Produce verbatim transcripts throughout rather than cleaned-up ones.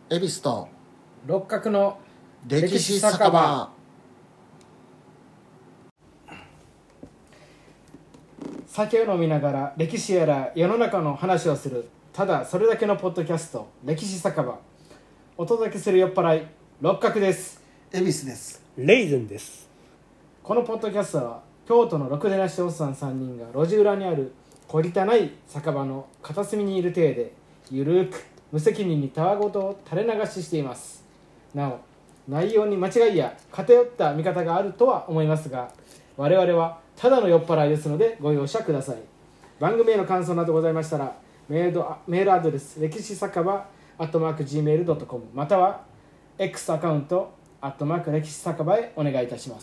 恵比寿と六角の歴史酒場。 酒を飲みながら歴史やら世の中の話をする、ただそれだけのポッドキャスト、歴史酒場。お届けする酔っ払い六角です。 恵比寿です。 レイズンです。 このポッドキャストは京都のろくでなしおっさんさんにんが路地裏にある小汚い酒場の片隅にいる体でゆるく無責任にたわごとを垂れ流ししています。なお内容に間違いや偏った見方があるとは思いますが、我々はただの酔っ払いですのでご容赦ください。番組への感想などございましたらメールメールアドレス歴史酒場アットマーク ジーメールドットコム または X アカウントアットマーク歴史酒場へお願いいたします。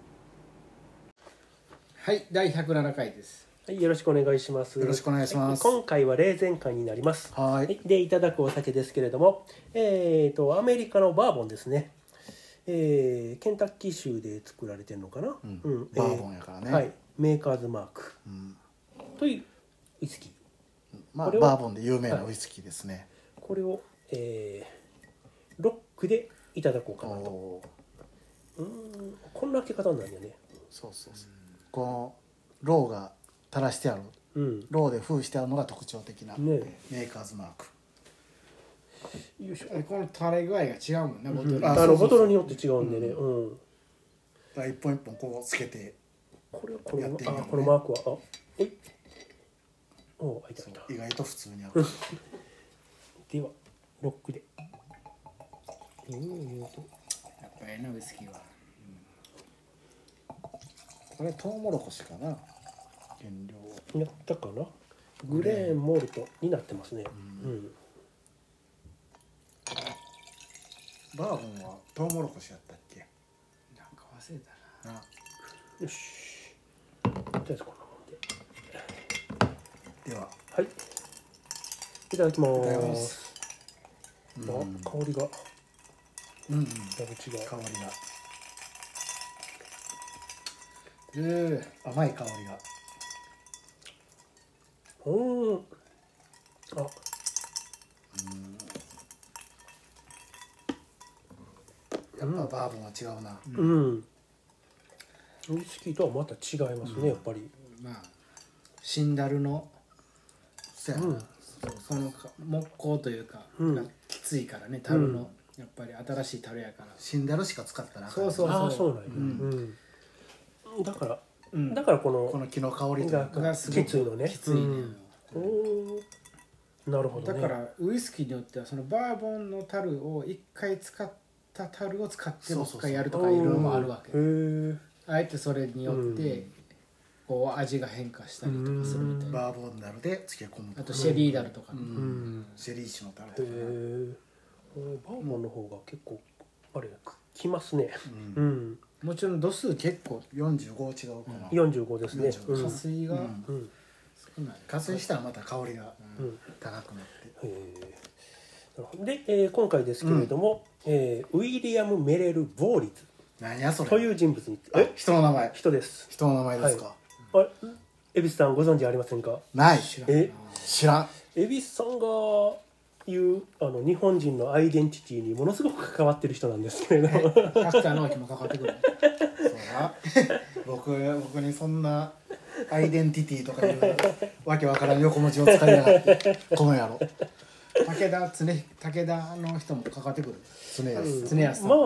はい、だいひゃくななかいです。 はい、よろしくお願いします。 よろしくお願いします。 はい、今回は冷前会になります。 はい。 でいただくお酒ですけれども、えーとアメリカのバーボンですね。えー、ケンタッキー州で作られてるのかな。 うんうん、 バーボンやからね。 えー、はい、メーカーズマーク、 うん、 というウイスキー。 まあバーボンで有名なウイスキーですね。はい、 これを、えー、ロックでいただこうかなと。うーん、こんな開け方なんだよね。 そうそうそう。このローが垂らしてある、 うん、 ローで封してあるのが特徴的な、ね、メーカーズマーク。 よいしょ。この垂れ具合が違うもんね、ボトル、 うん、あのボトルによって違うんでね。うん。 だから一本一本こうつけてこれこの、 ね、 あこのマークはあえお開いた開いた。 意外と普通にある。 ではロックで。うんやっぱりなウイスキーは。 これトウモロコシかな、原料やったかな。グレーンモルトになってますね。うん、うん、 バーボンはトウモロコシやったっけ。 なんか忘れたな。 よし、とりあえずこんなもんで。 でははい、いただきます。 いただきます。 あ、香りがうんうん、 だいぶ違う。 香りが、 えー、 甘い香りが。 うん、あ、 やっぱバーボンは違うな。 うん、うん、ウイスキーとはまた違いますね、うん、やっぱり。 まあシンダルのそうやな、うん、 その木工というか、うん、きついからね、樽の、うん、やっぱり新しい樽やからシンダルしか使ったらそうそうそう、 ああそうなんや、うんうん、だから、うん、だからこのこの木の香りというかがすごくきついのね。 きついね、 うん、なるほどね。 だからウイスキーによってはそのバーボンの樽を一回使った樽を使ってもう一回やるとかいうのもあるわけ。へあえてそれによって、うん、こう味が変化したりとかするみたいな。 バーボン樽で漬け込むとか、 あとシェリー樽とかね、 うんうん、シェリー酒の樽とか、 へバーボンの方が結構あれきますね、 うんうん、もちろん度数結構よんじゅうご違うかな、 よんじゅうごですね。 加水が少ない、加水したらまた香りが高くなって、 うん、で、えー、今回ですけれども、うん、えー、ウィリアム・メレル・ボーリズ何やそれという人物に、 え人の名前、 人です。 人の名前ですか。 はい、あ、恵比寿さんご存知ありませんか。 ない、 え知らん。 恵比寿さんがいうあの日本人のアイデンティティにものすごく関わってる人なんですけれども、 キャスター直樹も関わってくる。 そうだ僕僕にそんなアイデンティティとかいうわけわからん横文字を使いやがってこの野郎。 武田常武田の人も関わってくる。 常安、 うん、 常安さん。 まあ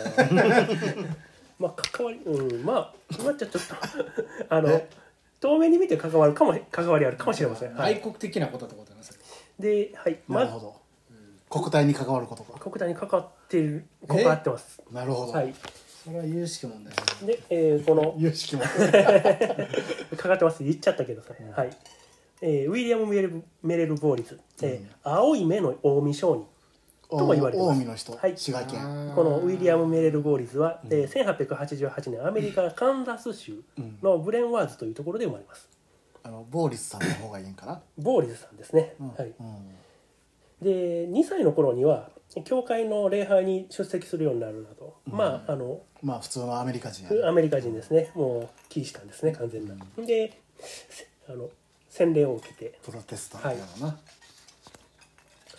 まあ関わり、うん、まあまあちょっとあの遠目に見て関わるかも関わりあるかもしれません。 はい、愛国的なことってことなんですよ。 で、はい、 なるほど、ま、国体に関わることか。 国体に関わってる関わってます。 なるほど。 はい。 それは有識問題で、えー、この有識問題かかってます。言っちゃったけどさ、うん、はい。えー、ウィリアム・メレル・メレルボーリズ、えーうん、青い目の近江商人とも言われてます。 近江の人、はい、滋賀県。 このウィリアム・メレル・ボーリズは、うん、えー、せんはっぴゃくはちじゅうはちねんアメリカカンザス州のブレンワーズというところで生まれます。 あのボーリズさんの方がいいんかな。 ボーリズさんですね、うん、はい、うん、でにさいの頃には教会の礼拝に出席するようになるなど、うん、まああのまあ普通のアメリカ人や、ね、 アメリカ人ですね。もうキリシタンですね、完全な、うん、であの洗礼を受けてプロテスタントやろな、 はい、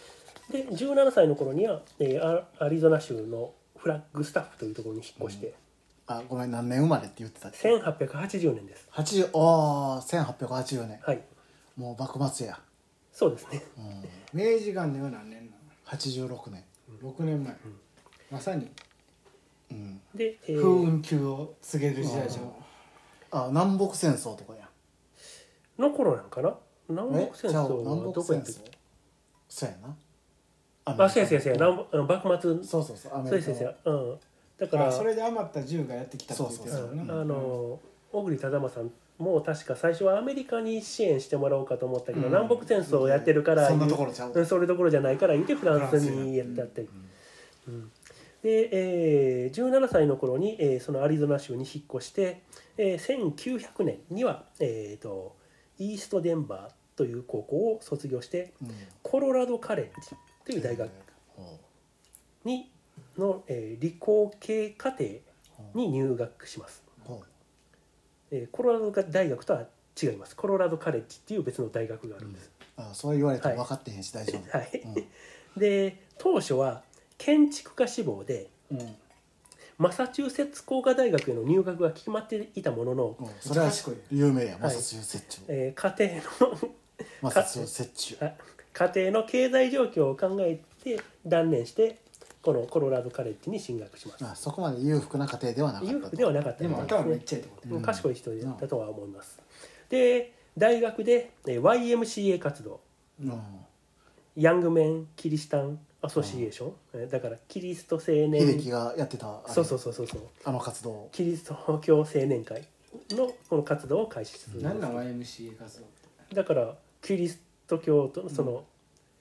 でじゅうななさいの頃には、えーアアリゾナ州のフラッグスタッフというところに引っ越して、 あごめん何年生まれって言ってたっけせんはっぴゃくはちじゅうねんです。 はちじゅうおーせんはっぴゃくはちじゅうねんはいもう幕末や、 そうですね。 うん、 明治元年は何年なはちじゅうろくねんの？ろくねんまえ、まさにうんで、えー風雲急を告げる時代じゃん。 あ南北戦争とかやの頃なんかな。南北戦えちゃう争は南ど北戦争こやったっけ？ そうやなあ、そうやそうやそうや、南北あの幕末。 そうそうそうアメリカそうやそうや、うん。だからあそれで余った銃がやってきたって言ってたよな。 うんあの小栗忠馬さんも確か最初はアメリカに支援してもらおうかと思ったけど、 うん南北戦争をやってるからそんなところちゃううんそれどころじゃないから言ってフランスにやってあって、うんで、えー、じゅうななさいの頃に、えーそのアリゾナ州に引っ越して、えーせんきゅうひゃくねんには、えー、とイーストデンバーという高校を卒業してうんコロラドカレッジという大学ほにの、えー理工系課程に入学します。 うほえーコロラド大学とは違います。コロラドカレッジっていう別の大学があるんです。 うあそう言われても分かってへんし大丈夫はい。 うんで当初は建築家志望でうんマサチューセッツ工科大学への入学が決まっていたものの、 うんそれは賢い有名やマサチューセッチュえー家庭のマサチューセッチュあ家庭の経済状況を考えて断念してこのコロラドカレッジに進学します。 あそこまで裕福な家庭ではなかった裕福ではなかったでみたいですね。 も頭めっちゃいいってことうん賢い人だったとは思います。で大学でえー ワイエムシーエー 活動、 うんヤングメン・キリシタン・アソシエーション、えーだからキリスト青秀年樹がやってたあれそうそうそうそうそうあの活動キリスト教青年会のこの活動を開始するんです。 何なん ワイエムシーエー 活動ってだからキリスト教とその、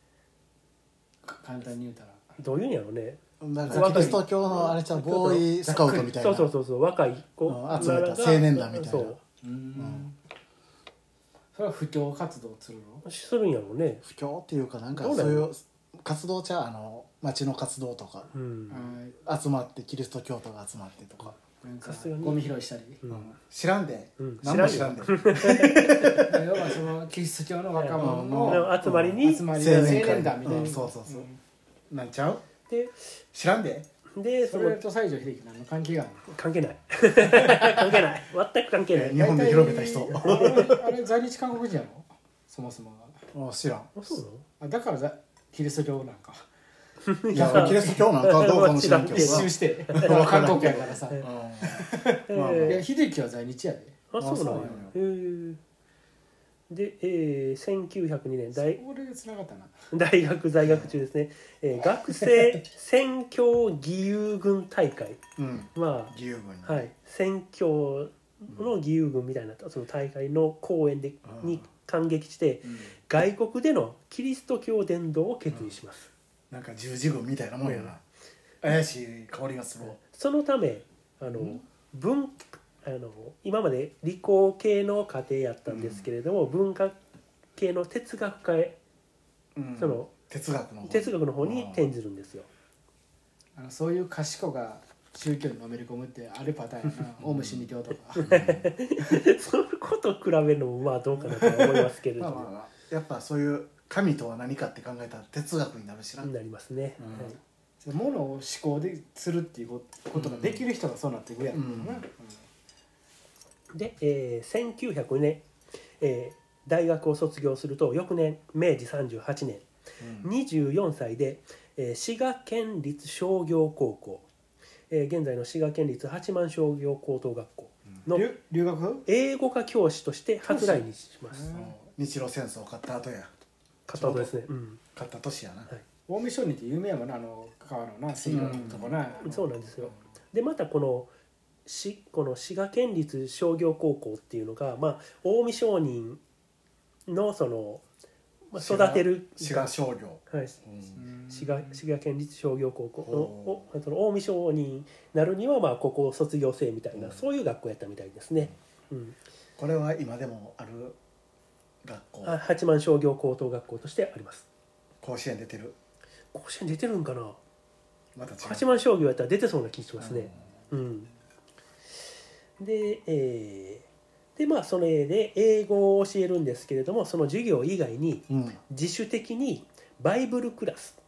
簡単に言うたらどういうんやろうね。 なんかキリスト教のあれちゃうボーイスカウトみたいなそうそうそうそう若い子うん集めたが青年団みたいなそううーんそれは布教活動するの？ するんやろうね。 布教っていうかなんかどうなのそういう活動ちゃうあの町の活動とかうんはい集まってキリスト教徒が集まってとかなんかさすがにゴミ拾いしたり、 うん知らんでうん何も知らんで要はそのキリスト教の若者うんのの集まりに集まりで青青年会年団みたいな、 うんそうそうそうんなんちゃうで知らんでそでそのれと西城秀樹何の関係があるの？ 関係ない関係ない全く関係ない。 日本で広めた人大体あれあれ在日韓国人やろそもそもがあ知らんあそうなの？ あだからざキリスト教なんかいやキリスト教なんかどうかもしれんけど一な周して韓国やからさうんいまあまあや秀樹は在日やであそうなのあそうなんやへーで、えー、せんきゅうひゃくにねん大俺が繋がったな大学在学中ですね、えー学生宣教義勇軍大会うんま義勇軍あはい宣教の義勇軍みたいなその大会の講演でうんに感激して外国でのキリスト教伝道を決意します。 なんか十字軍みたいなもんやな怪しい香りがするわそのためあの文あの今まで理工系の家庭やったんですけれども、文化系の哲学科へうんその哲学の方哲学の方に転じるんですよ。 あのそういう賢が宗教にのめり込むってあるパターンやなオウム真理教とかそのことを比べるのもまあどうかなとは思いますけれども、 まあまあまあやっぱそういう神とは何かって考えたら哲学になるしなになりますね。 うんはいものを思考でするっていうことができる人がそうなっていくやろうな、 うんで、えーせんきゅうひゃくねん、えー大学を卒業すると翌年めいじさんじゅうはちねんにじゅうよんさいで、えー滋賀県立商業高校、えー現在の滋賀県立八幡商業高等学校の留留学英語科教師として初来日します。 うん日露戦争を勝った後や方ですね。うん、 勝った年やな近江商人って有名やもんなあの川のな水路のとこな、 そうなんですよ。でまたこのしこの滋賀県立商業高校っていうのが、まあ、近江商人のその、まあ、育てる滋賀商業はい、 うん滋賀滋賀県立商業高校おのおその近江商人になるにはまあここ卒業生みたいな、 うんそういう学校やったみたいですね。うんこれは今でもある学校あ八幡商業高等学校としてあります。 甲子園出てる甲子園出てるんかな。 また違う八幡商業やったら出てそうな気しますね。うん、で、えーでまあそれで英語を教えるんですけれども、その授業以外にうん自主的にバイブルクラスっ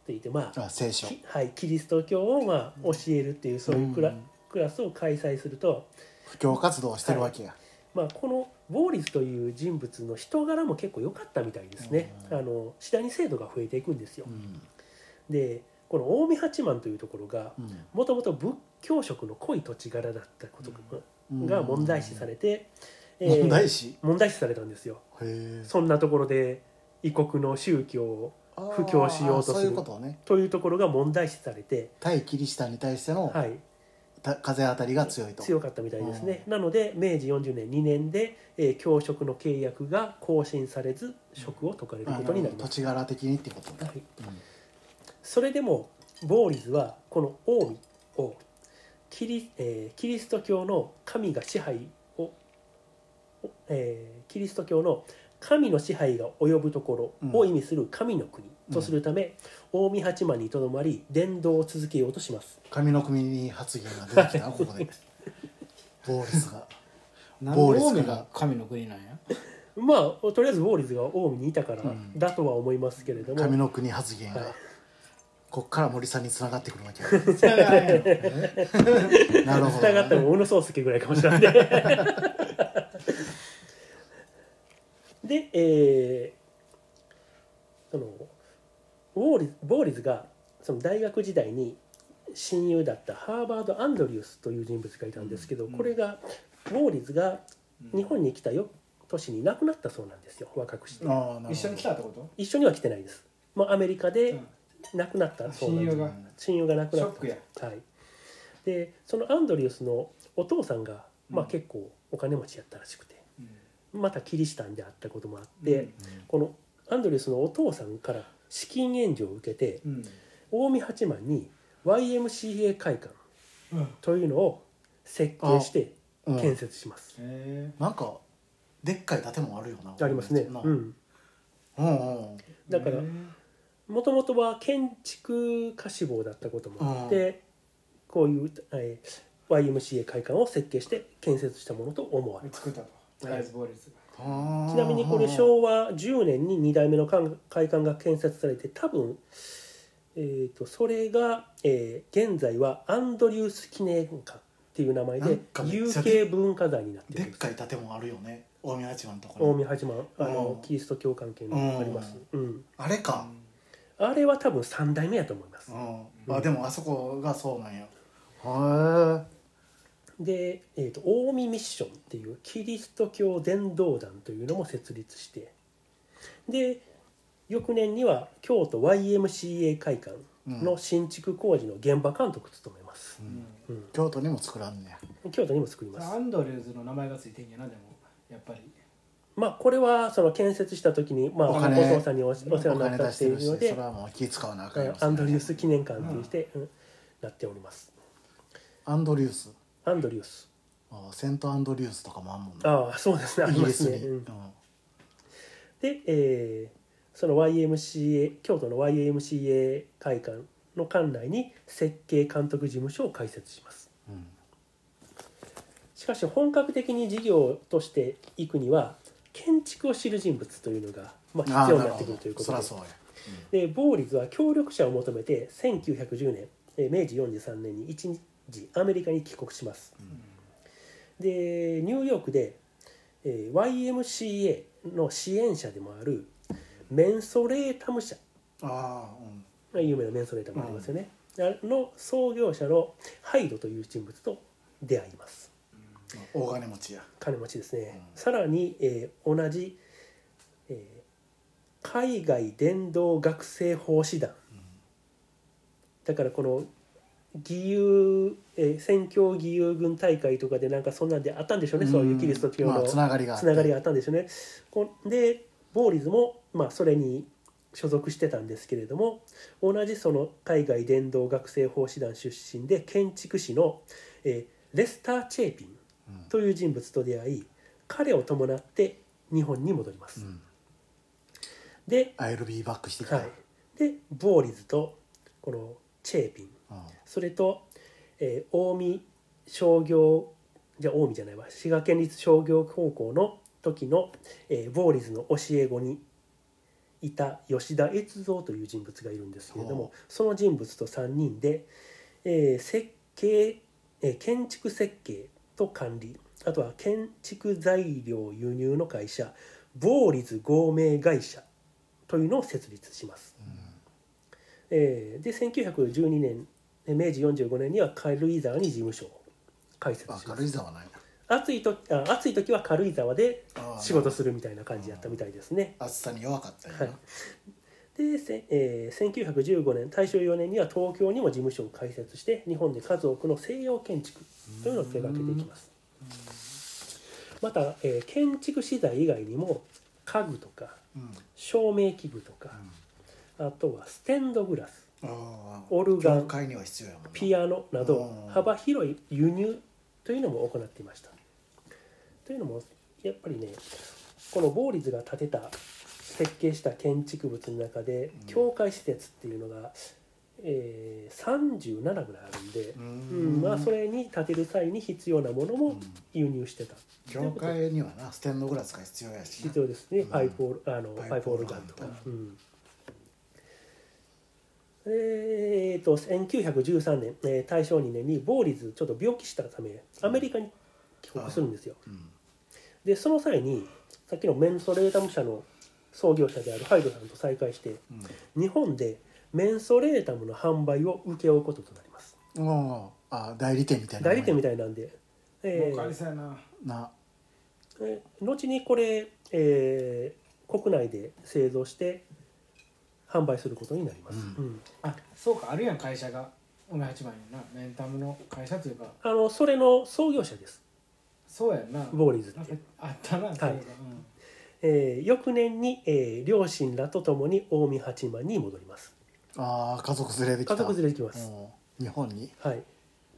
っていて、まああ聖書、 はい、キリスト教をまあ教えるっていうそういうクラ、うん、クラスを開催すると布教活動をしてるわけや、 はい、まあ、このウォーリズという人物の人柄も結構良かったみたいですね、うん、あの次第に精度が増えていくんですよ、うん、でこの近江八幡というところがもともと仏教色の濃い土地柄だったことが問題視されて、 うんえー、問題視問題視されたんですよ。 へそんなところで異国の宗教を布教しようとするそういうことね、 というところが問題視されて、 対キリシタンに対しての、はい、風当たりが強いと強かったみたいですね。なので明治よんじゅうねんにねんで、えー、教職の契約が更新されず職を解かれることになります。 土地柄的にってことね、 はい、うん、それでもウォーリズはこの近江をキリ、えー、キリスト教の神が支配を、えー、キリスト教の神の支配が及ぶところを意味する神の国とするため、うん、近江八幡にとどまり伝道を続けようとします。 神の国発言が出てきたここでボーリスがなんで近江が神の国なんやまあとりあえずウォーリズが近江にいたからだとは思いますけれども、 神の国発言が、はい、こっから森さんにつながってくるわけなるほど、ね、 つながったら小野宗介ぐらいかもしれないで、えー、そのウォーリズ、ボーリズがその大学時代に親友だったハーバード・アンドリュースという人物がいたんですけど、うん、これがウォーリズが日本に来たよ年に亡くなったそうなんですよ、若くして。 一緒に来たってこと？ 一緒には来てないです。もうアメリカで亡くなったそうなんです、うん、親友が親友が亡くなった。 ショックや。 はい。でそのアンドリュースのお父さんが、まあ、結構お金持ちやったらしくて、うん、またキリシタンであったこともあって、うん、このアンドリュースのお父さんから資金援助を受けて、うん、近江八幡に ワイエムシーエー 会館というのを設計して建設します、 うん、なんかでっかい建物あるよな。 ありますね、うん、うんうん、だからもともとは建築家志望だったこともあって、うん、こういう、えー、ワイエムシーエー 会館を設計して建設したものと思われます。 作ったと、はい、 ちなみにこれしょうわじゅうねんににだいめの会館が建設されて、多分、えー、とそれが、えー、現在はアンドリュース記念館っていう名前で有形文化財になってるんです。 でっかい建物あるよね、近江八幡のところ。 近江八幡、あの、うん、キリスト教関係のあります、うんうん、 あれか、 あれは多分さんだいめやと思います、 うんうん、あでもあそこがそうなんや。へえ。 で、えーと、近江ミッションっていうキリスト教伝道団というのも設立して、で翌年には京都 ワイエムシーエー 会館の新築工事の現場監督を務めます、 うんうん、京都にも作らんねや。京都にも作ります。 アンドリューズの名前がついてんやな。でもやっぱりまあこれはその建設した時に、まあ、お父さんに お, お世話になったっていうので、 それはもう気使わなあかんよ、 アンドリュース記念館として、うんうん、なっております。 アンドリュースアンドリュースあセントアンドリュースとかもあんもんね。 ああそうですね、ありますね、うん、で、えー、その ワイエムシーエー 京都の ワイエムシーエー 会館の館内に設計監督事務所を開設します、うん、しかし本格的に事業としていくには建築を知る人物というのが、まあ、必要になってくるということで、 そうや、 うん、でボーリズは協力者を求めてせんきゅうひゃくじゅうねん、えー、明治よんじゅうさんねんに一時アメリカに帰国します、うんでニューヨークで、えー、ワイエムシーエー の支援者でもあるメンソレータム社、 あ、うん、 有名なメンソレータムありますよね、うん、の創業者のハイドという人物と出会います、 うん、大金持ちや金持ちですね、うん、さらに、えー、同じ、えー、海外伝道学生奉仕団、うん、だからこの義勇、えー、宣教義勇軍大会とかでなんかそんなんであったんでしょうね、うん、そういうキリスト教の、まあ、 つながりがつながりがあったんでしょうね。でボーリズも、まあ、それに所属してたんですけれども、同じその海外伝道学生奉仕団出身で建築士の、えー、レスター・チェーピンという人物と出会い、うん、彼を伴って日本に戻ります、うん、でアイルビー バックしてきた、はい、 でボーリズとこのチェーピン、それと、えー、近江商業じゃあ近江じゃないわ滋賀県立商業高校の時の、えー、ボーリズの教え子にいた吉田悦三という人物がいるんですけれども、その人物とさんにんで、えー、設計、えー、建築設計と管理、あとは建築材料輸入の会社ボーリズ合名会社というのを設立します。うん、えー、でせんきゅうひゃくじゅうにねんめいじよんじゅうごねんには軽井沢に事務所を開設します。 軽井沢ないな。 暑いとあ暑い時は軽井沢で仕事するみたいな感じやったみたいですね。 暑さに弱かったよな。はい、 でせ、えー、せんきゅうひゃくじゅうごねん大正よねんには東京にも事務所を開設して日本で数多くの西洋建築というのを手掛けていきます。また、えー、建築資材以外にも家具とか、うん、照明器具とか、うん、あとはステンドグラス、オルガン、ピアノなど幅広い輸入というのも行っていました。というのもやっぱりね、このボーリズが建てた設計した建築物の中で教会施設っていうのが、えー、さんじゅうななぐらいあるんで、うんうん、まあ、それに建てる際に必要なものも輸入してた。 教会にはなステンドグラスが必要やし必要ですね。パイプオルあのパイプオルガンとか。うん、えーとせんきゅうひゃくじゅうさんねん、えー、大正にねんにボーリズちょっと病気したためアメリカに帰国するんですよ。うん、でその際にさっきのメンソレータム社の創業者であるハイドさんと再会して、うん、日本でメンソレータムの販売を請け負うこととなります。 ああ、代理店みたいな。 代理店みたいなんで、 えー、ななえー、後にこれ、えー、国内で製造して販売することになります。うんうん、 あ、そうか、あるやん会社が同じ八幡やな、メンタムの会社というか、 あのそれの創業者です。 そうやんな、 ボーリズってあったな。はい、 うん、えー、翌年に、えー、両親らと共に近江八幡に戻ります。 ああ、家族連れで来た。 家族連れで来ます。 日本に。 はい。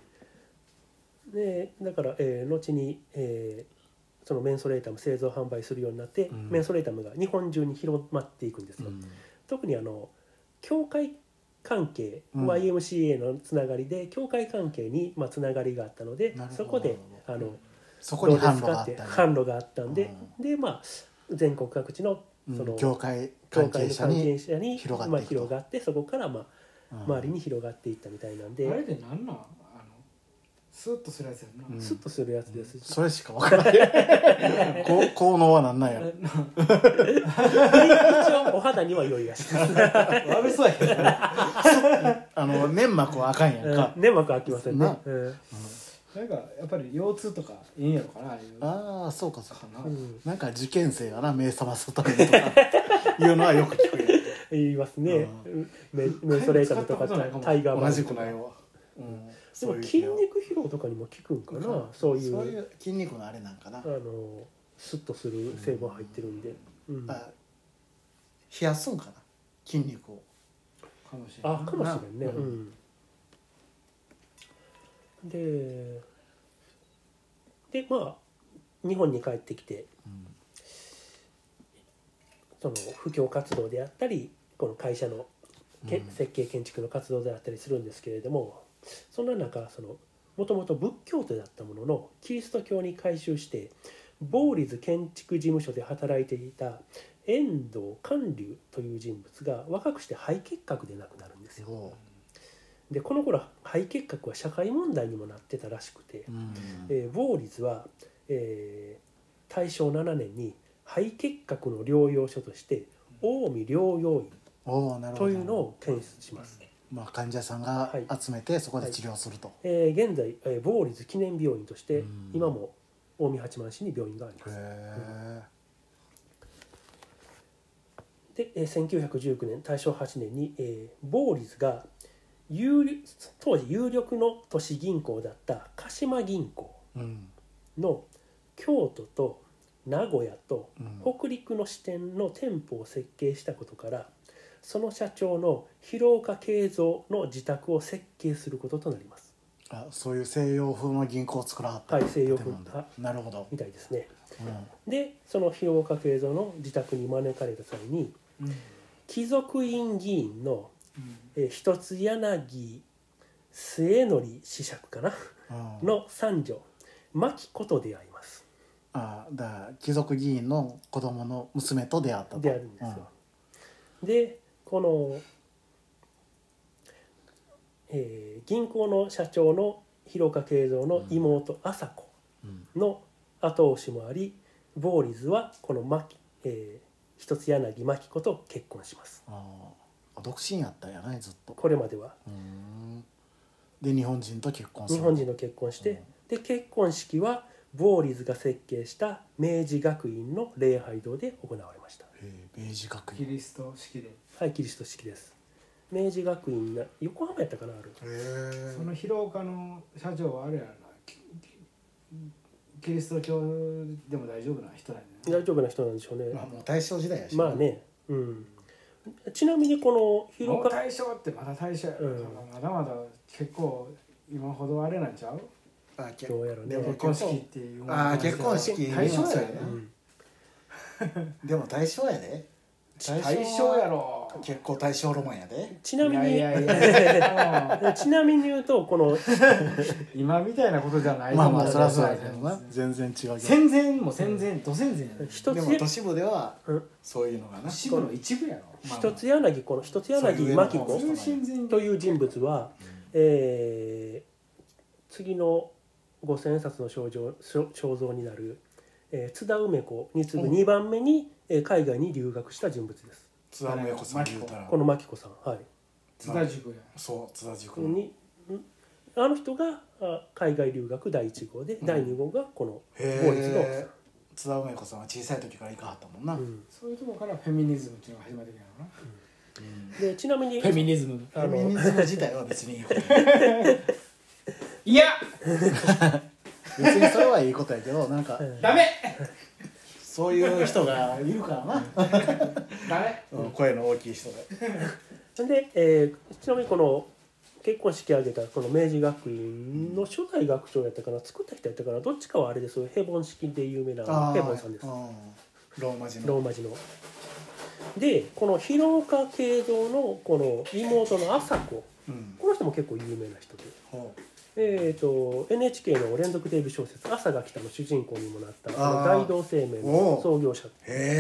でだから、えー、後に、えー、そのメンソレータム製造販売するようになって、うん、メンソレータムが日本中に広まっていくんですよ。うん、特にあの教会関係、うん、ワイエムシーエー のつながりで教会関係に、まあ、つながりがあったので、そこであの、うん、 そこに販路があった、ね、 販路があったんで、うん、でまあ全国各地のその、 うん、教会関係者に広がって、まあ、広がってそこから、まあ、周りに広がっていったみたいなんで、 あれで何なんスッとするやつやな、 うん、スッとするやつです、うん、 それしか分からないこ効能は何なんやろ一応お肌には良いらしいです悪そうやけどあの粘膜はあかんやんか、 うん、粘膜は開きませんね、うん、 なんかやっぱり腰痛とかいいんやろかな。 ああ、そうかそうかな、うん、なんか受験生がな目覚ますためとかいうのはよく聞くやん言いますね、うん、メンソレータムとかタイガーバー同じくないわ、うん、 でも筋肉疲労とかにも効くんかな、うん、そういうそういう筋肉のあれなんかな、あのスッとする成分入ってるんで、うん、 あ冷やすんかな筋肉をかもしれない。 あ、かもしれんね、うん、ででまあ日本に帰ってきて、うん、その布教活動であったりこの会社のけ、うん、設計建築の活動であったりするんですけれども、そんな中そのもともと仏教徒だったもののキリスト教に改宗してボーリズ建築事務所で働いていた遠藤寛隆という人物が若くして肺結核で亡くなるんですよ。でこの頃肺結核は社会問題にもなってたらしくて、うんえー、ボーリズは、えー、大正ななねんに肺結核の療養所として近江療養院というのを建設します。 まあ、患者さんが集めてそこで治療すると、はいはい、えー、現在、えー、ボーリズ記念病院として今も近江八幡市に病院があります。へー、で、えー、せんきゅうひゃくじゅうきゅうねん大正はちねんに、えー、ボーリズが有当時有力の都市銀行だった鹿島銀行の京都と名古屋と北陸の支店の店舗を設計したことから、その社長の広岡慶三の自宅を設計することとなります。 あ、そういう西洋風の銀行を作らはった。 はい、西洋風なるほどみたいですね、うん、でその広岡慶三の自宅に招かれた際に、うん、貴族院議員の、うんえー、一つ柳末則子爵かな、うん、の三女牧子と出会います。 あ、だから貴族議員の子供の娘と出会ったと。 出会うんですよ、 でこの、えー銀行の社長の広岡慶三の妹朝子の後押しもあり、ボーリズはこの牧、えー、一柳真紀子と結婚します。 ああ独身やったんやねずっと。 これまではうんで日本人と結婚する。 日本人と結婚して、うん、で結婚式はボーリズが設計した明治学院の礼拝堂で行われました。 へえ明治学院キリスト式で。 はいキリスト式です。明治学院な横浜やったかなある。 へえその広岡の社長はあれやなキリスト教でも大丈夫な人なんやね。 大丈夫な人なんでしょうね。 まあもう大正時代やしまあね、うん。ちなみにこのも広岡う大正ってまだ大正やろ、うん、まだまだ結構今ほどあれなんちゃう。 あどうやろうね。 結婚式っていうもあ結婚式大正やね、 うん、でも大正やで大正やろ結構大正ロマンやで。 ちなみにいやいやいやちなみに言うとこの今みたいなことじゃない。 まあまあそりゃそうやけどな全然違うけど戦前も戦前ど戦前やね。 一つでも都市部ではそういうのがな都市部の一部やろ。 一つ柳この一つ柳真紀子という人物は、えー、次の五千円札の肖像肖像になる、えー、津田梅子に次ぐにばんめに、えー、海外に留学した人物です。 津田梅子さん言うたらこの真紀子さん、はい、 津田塾や。 そう津田塾にあの人が海外留学だいいち号で、うん、だいに号がこのボーリズの津田梅子さんは小さい時から行かはったもんな、うん、 そういうところからフェミニズムっていうのが始まってきたのな、 うん、でちなみにフェミニズムフェミニズム自体は別にいいこといや別にそれはいいことやけどなんかダメそういう人がいるからなダメ、 うん、声の大きい人がで、えー、ちなみにこの結婚式挙げたこの明治学院の初代学長やったかな作った人やったかなどっちかはあれですヘボン式で有名なヘボンさんです。 ローマ字のローマ字のでこの広岡慶三のこの妹の朝子、うん、この人も結構有名な人で、えー、と エヌエイチケー の連続テレビ小説「朝が来た」の主人公にもなったこの大同製麺の創業者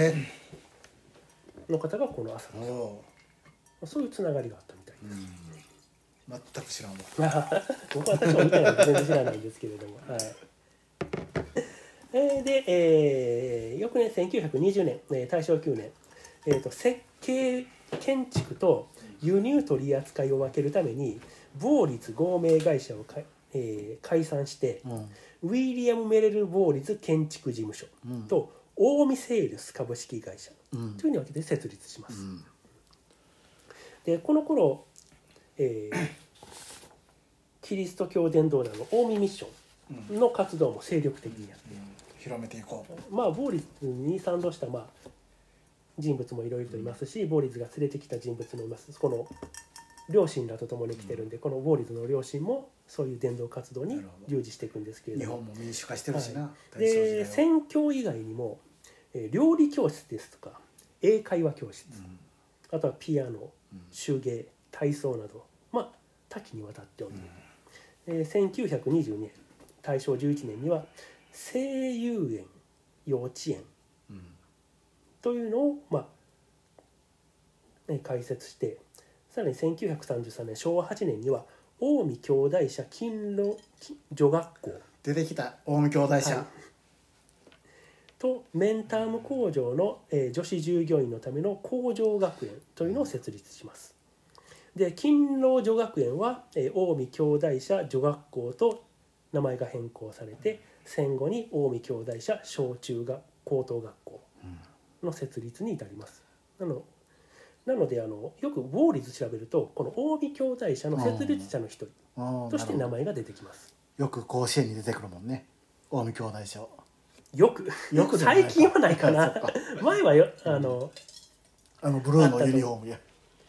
の方がこの朝子さん。そういうつながりがあったみたいです。 うん、全く知らんわ僕は私は見てないんで全然知らないんですけれども、はいえー、で、えー、翌年せんきゅうひゃくにじゅうねん、えー、大正きゅうねん、えー、と設計建築と輸入取り扱いを分けるためにボーリズ合名会社をか、えー、解散して、うん、ウィリアム・メレル・ボーリズ建築事務所と、うん、近江セールス株式会社というふうに分けて設立します。うん、でこの頃、えー、キリスト教伝道団の近江ミッションの活動も精力的にやって、うんうん、 広めていこう。まあボーリズに賛同した、まあ、人物もいろいろといますし、うん、ボーリズが連れてきた人物もいます。この両親らと共に来てるんで、うん、このボーリズの両親もそういう伝道活動に従事していくんですけれども、 日本も民主化してるしな、 はい、で宣教以外にも、えー、料理教室ですとか英会話教室、うん、あとはピアノ、手芸、体操など、まあ、多岐にわたっており、うんえー、せんきゅうひゃくにじゅうねん大正じゅういちねんには聖友園幼稚園というのを、まあえー、開設して、さらにせんきゅうひゃくさんじゅうさんねんしょうわはちねんには近江兄弟社勤労女学校出てきた近江兄弟社、はい、 とメンターム工場の、えー、女子従業員のための工場学園というのを設立します。で勤労女学園は、えー、近江兄弟社女学校と名前が変更されて、戦後に近江兄弟社小中学高等学校の設立に至ります。なのなのであのよくボーリズ調べるとこの近江兄弟社の設立者の一人として名前が出てきます。 よく甲子園に出てくるもんね、近江兄弟社。 よくよく最近はないかな前はよあの、 うん、あのブルーのユニフォームや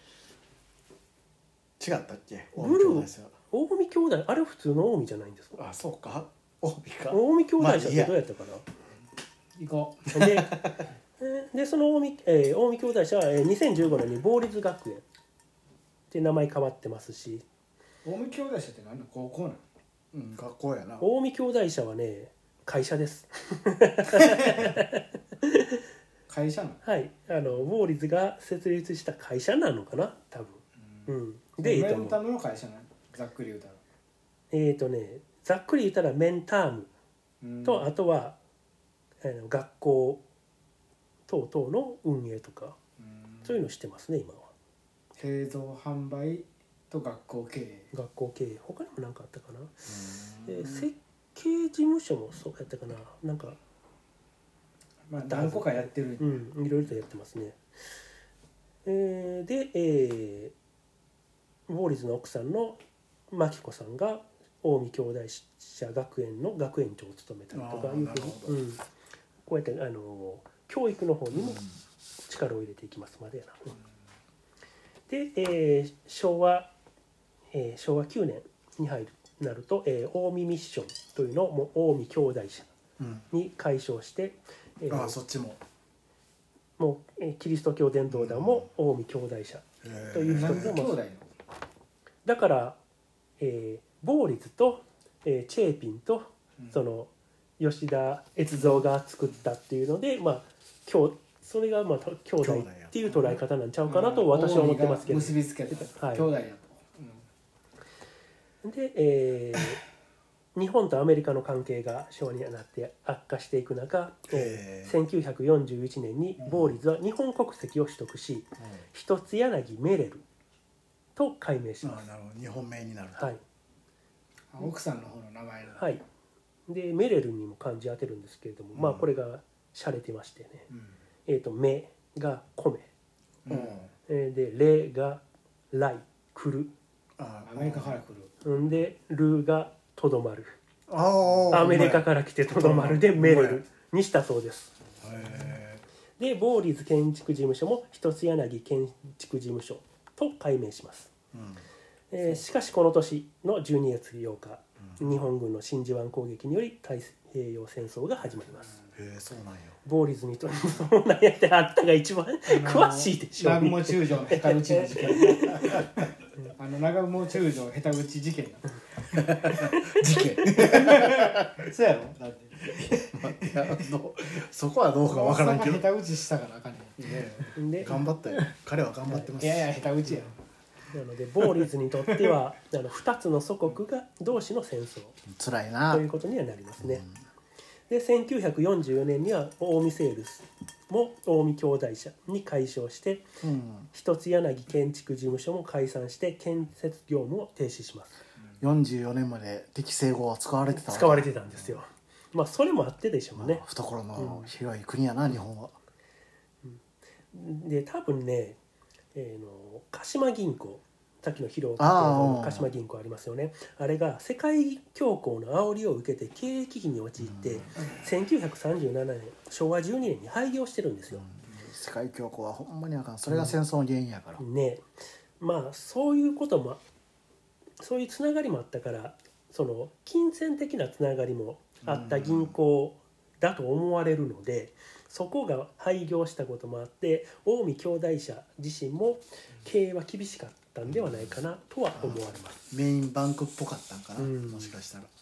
違ったっけブルー近江兄弟あれ普通の近江じゃないんですか。 あそうか近江か近江兄弟社ってどうやったかな、まあ、 行こうででその近江、えー、近江兄弟社はにせんじゅうごねんにボーリズ学園って名前変わってますし、 近江兄弟社って何だ高校なの。 うん、学校やな。 近江兄弟社はね会社です会社なの？ はい、あのウォーリーズが設立した会社なのかな多分、うんでメンタムの会社なの？ざっくり言うたら。 えっ、ー、とねざっくり言ったらメンタームと、 うんあとはあの学校等々の運営とか、 うんそういうのをしてますね今は。 製造販売と学校経営。 学校経営他にも何かあったかな、で設計事務所もそうやったかな、なんかまあ何個かやってる。 うんいろいろとやってますね。えー、で、えー、ウォーリーズの奥さんの真紀子さんが近江兄弟社学園の学園長を務めたりとかいうふうに、うん、こうやってあの教育の方にも力を入れていきますまでやな。うんで、えー、昭和、えー、昭和きゅうねんに入るなると、えー、近江ミッションというのをもう近江兄弟社に改称して、 うんえー、ああそっちももう、えー、キリスト教伝道団も近江兄弟社という人でも、だから、えー、ボーリズと、えー、チェーピンと、うん、その吉田悦三が作ったっていうので、まあ今日それがまあ兄弟っていう捉え方なんちゃうかなと私は思ってますけど、 結びつけた、はい、兄弟やと、 うん、で、えー、日本とアメリカの関係が昭和になって悪化していく中、えー、せんきゅうひゃくよんじゅういちねんにボーリズは日本国籍を取得し、うん、一つ柳メレルと改名します。 あ、なるほど、日本名になると、 はい、奥さんの方の名前だ。 はい、でメレルにも漢字当てるんですけれども、うん、まあこれが洒落てましてね、うん、えーと目が米、うんえー、でレが来来る、 あアメリカから来る、 んでルがとどまる、 あアメリカから来てとどまるでメレルにしたそうです。へでボーリーズ建築事務所も一つ柳建築事務所と改名します、うんえー、しかしこの年のじゅうにがつようか、うん、日本軍の真珠湾攻撃により太平洋戦争が始まります。 へえ、そうなんや。 ボーリーズにとってそうなんやってあったが一番詳しいでしょう。 南雲中将の下手打ちの事件あの長雲中将下手打ち事件事件そうやろだって、 まあ、いやどそこはどうかわからんけど下手打ちしたからあかんねんで頑張ったよ、彼は頑張ってます。 いやいや下手打ちやなのでボーリーズにとってはあのふたつの祖国が同士の戦争辛いなということにはなりますね、うんでせんきゅうひゃくよんじゅうよねんには近江セールスも近江兄弟社に改称して、うん、一つ柳建築事務所も解散して建設業務を停止します。 よんじゅうよねんまで適正語は使われてた使われてたんですよ。まあそれもあってでしょうね、 まあ、懐の広い国やな、うん、日本は、 うん、で多分ね、えー、の鹿島銀行さっきの広岡の鹿島銀行ありますよね。あれが世界恐慌の煽りを受けて経営危機に陥って、うん、せんきゅうひゃくさんじゅうななねん昭和じゅうにねんに廃業してるんですよ、 うん、世界恐慌はほんまにあかん。それが戦争の原因やから、 うん、ねまあそういうこともそういうつながりもあったから、その金銭的なつながりもあった銀行だと思われるので、そこが廃業したこともあって近江兄弟社自身も経営は厳しかったんではないかなとは思われます。 メインバンクっぽかったんかな、うん、もしかしたら。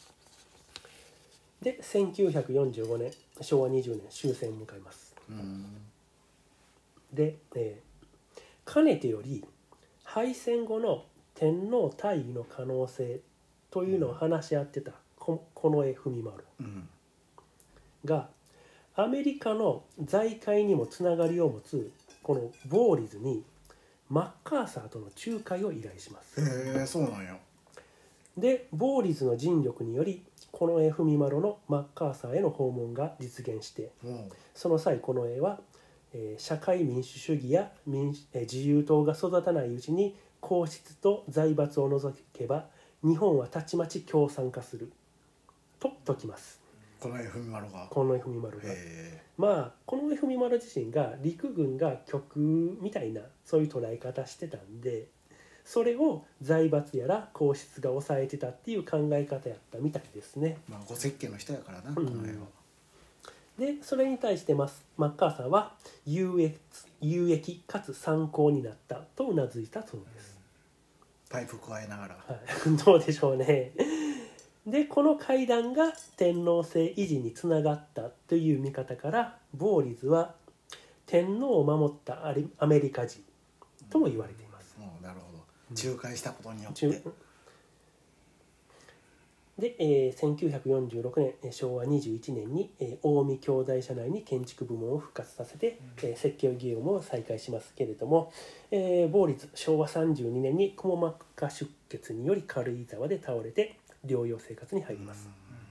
でせんきゅうひゃくよんじゅうごねん昭和にじゅうねん終戦を迎えます。うんで、えー、かねてより敗戦後の天皇退位の可能性というのを話し合ってた近衛文丸が、アメリカの財界にもつながりを持つこのボーリズにマッカーサーとの仲介を依頼します。 へえ、そうなんや。 でボーリズの尽力により近衛文丸のマッカーサーへの訪問が実現して、うん、その際近衛は、えー、社会民主主義や民、えー、自由党が育たないうちに皇室と財閥を除けば日本はたちまち共産化すると説きます。 近衛文丸が近衛文丸がまあ近衛文丸自身が陸軍が極右みたいなそういう捉え方してたんで、それを財閥やら皇室が抑えてたっていう考え方やったみたいですね。 まあご設計の人やからな、この辺は。 でそれに対してマスマッカーサーは有益、有益かつ参考になったとうなずいたそうです。 パイプ加えながら、 はい、どうでしょうね。でこの会談が天皇制維持につながったという見方からボーリズは天皇を守ったアリアメリカ人とも言われています。 うん、なるほど。仲介したことによって。 で、えー、せんきゅうひゃくよんじゅうろくねんしょうわにじゅういちねんに、えー、近江兄弟社内に建築部門を復活させて、うんえー、設計業務を再開しますけれども、えー、ボーリズしょうわさんじゅうにねんにくも膜下出血により軽井沢で倒れて療養生活に入ります。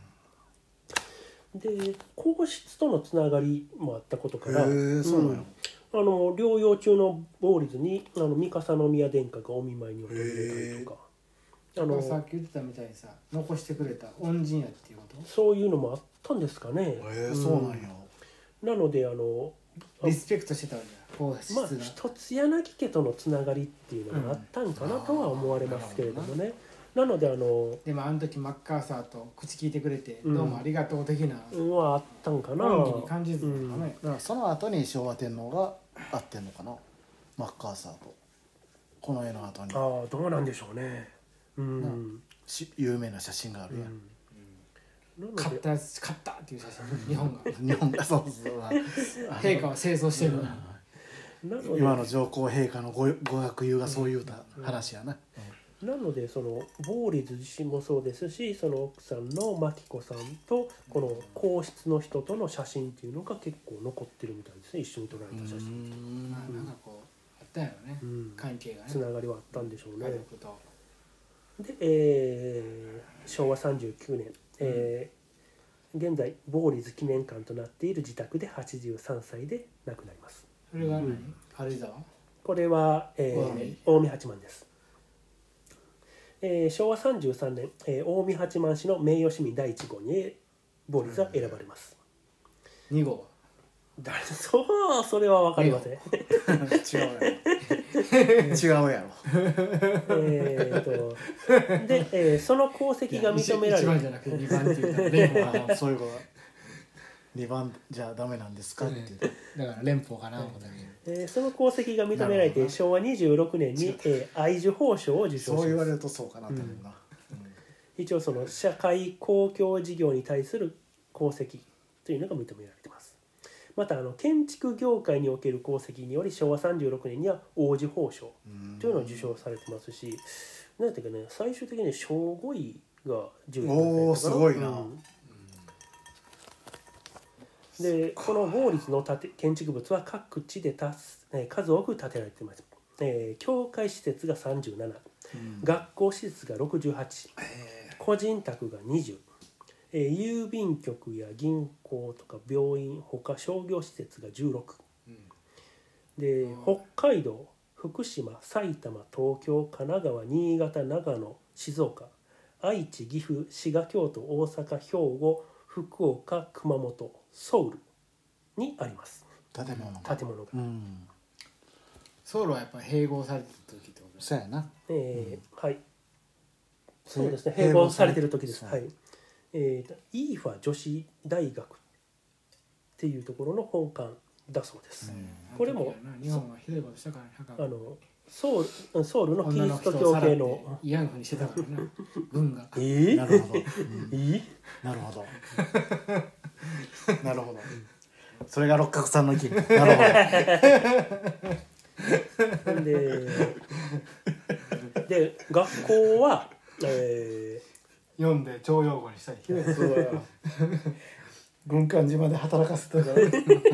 で皇室とのつながりもあったことから、 へそうなの、 うん、あの療養中のボーリズにあの三笠宮殿下がお見舞いに訪れたりとか、 あのさっき言ってたみたいにさ残してくれた恩人やっていうこと、 そういうのもあったんですかね。 へえ、そうなんや。 なのであのリスペクトしてたわけだ。皇室まあ一つ柳家とのつながりっていうのがあったんかなとは思われますけれどもね、うん、なのであのでもあの時マッカーサーと口聞いてくれて、うん、どうもありがとう的なのはあったんかな、 恩義に感じずにかね、 うん、だからその後に昭和天皇が会ってんのかな、マッカーサーとこの絵の後に。 ああどうなんでしょうね、うん、 有名な写真があるやん、 うん、買ったやつ買ったっていう写真日本が日本がそうそう陛下は清掃してる、 うん、今の上皇陛下のごご学友がそう言うた話やな、 うんうん、なのでそのボーリズ自身もそうですし、その奥さんのマキコさんとこの皇室の人との写真っていうのが結構残ってるみたいですね、一緒に撮られた写真。 うんまあなんかこうあったよね、うん、関係がね、 つながりはあったんでしょうね。 家族とで、えー、しょうわさんじゅうきゅうねん、えー、現在ボーリズ記念館となっている自宅ではちじゅうさんさいで亡くなります。 それが何、うん、軽井沢？ これは、えー、近江八幡です。えー、しょうわさんじゅうさんねん、えー、近江八幡市の名誉市民だいいち号にボーリズは選ばれます。 に号は誰そうそれは分かりません。 違うやろ違うやろえっとで、えー、その功績が認められいちばんじゃなくてにばんっていうか連邦そういうことにばんじゃダメなんですかって言うだから連邦かな、 えー、その功績が認められてしょうわにじゅうろくねんに、えー、愛樹褒章を受章します。 そう言われるとそうかなと思うな、 うんうん、一応その社会公共事業に対する功績というのが認められています。またあの建築業界における功績によりしょうわさんじゅうろくねんには王子褒章というのを受章されてますし、なんていうかね、最終的に聖護位が授与されたのかな。 おーすごいな、 うんでこのボーリズの建建築物は各地で多数、えー、数多く建てられています。えー、教会施設がさんじゅうなな、うん、学校施設がろくじゅうはち、えー、個人宅がにじゅう、えー、郵便局や銀行とか病院ほか商業施設がじゅうろく、うん、で北海道、福島、埼玉、東京、神奈川、新潟、長野、静岡、愛知、岐阜、滋賀、京都、大阪、兵庫、福岡、熊本、ソウルにあります。 建物が建物が、うん、 ソウルはやっぱり併合されてる時ってことですそうやな、 えーうん、はいそうですね、併合されてる時です。はい、えーと、イーファ女子大学っていうところの本館だそうです。うん、これも日本はひどいことしたからね、 あのソウル、ソウルのキリスト教系のイヤンフにしてたからな軍がえー、 なるほど、うん、えー、 なるほどなるほど、それが六角さんの意見。なるほどでで学校は、えー、読んで徴用語にしたい軍艦島で働かせたから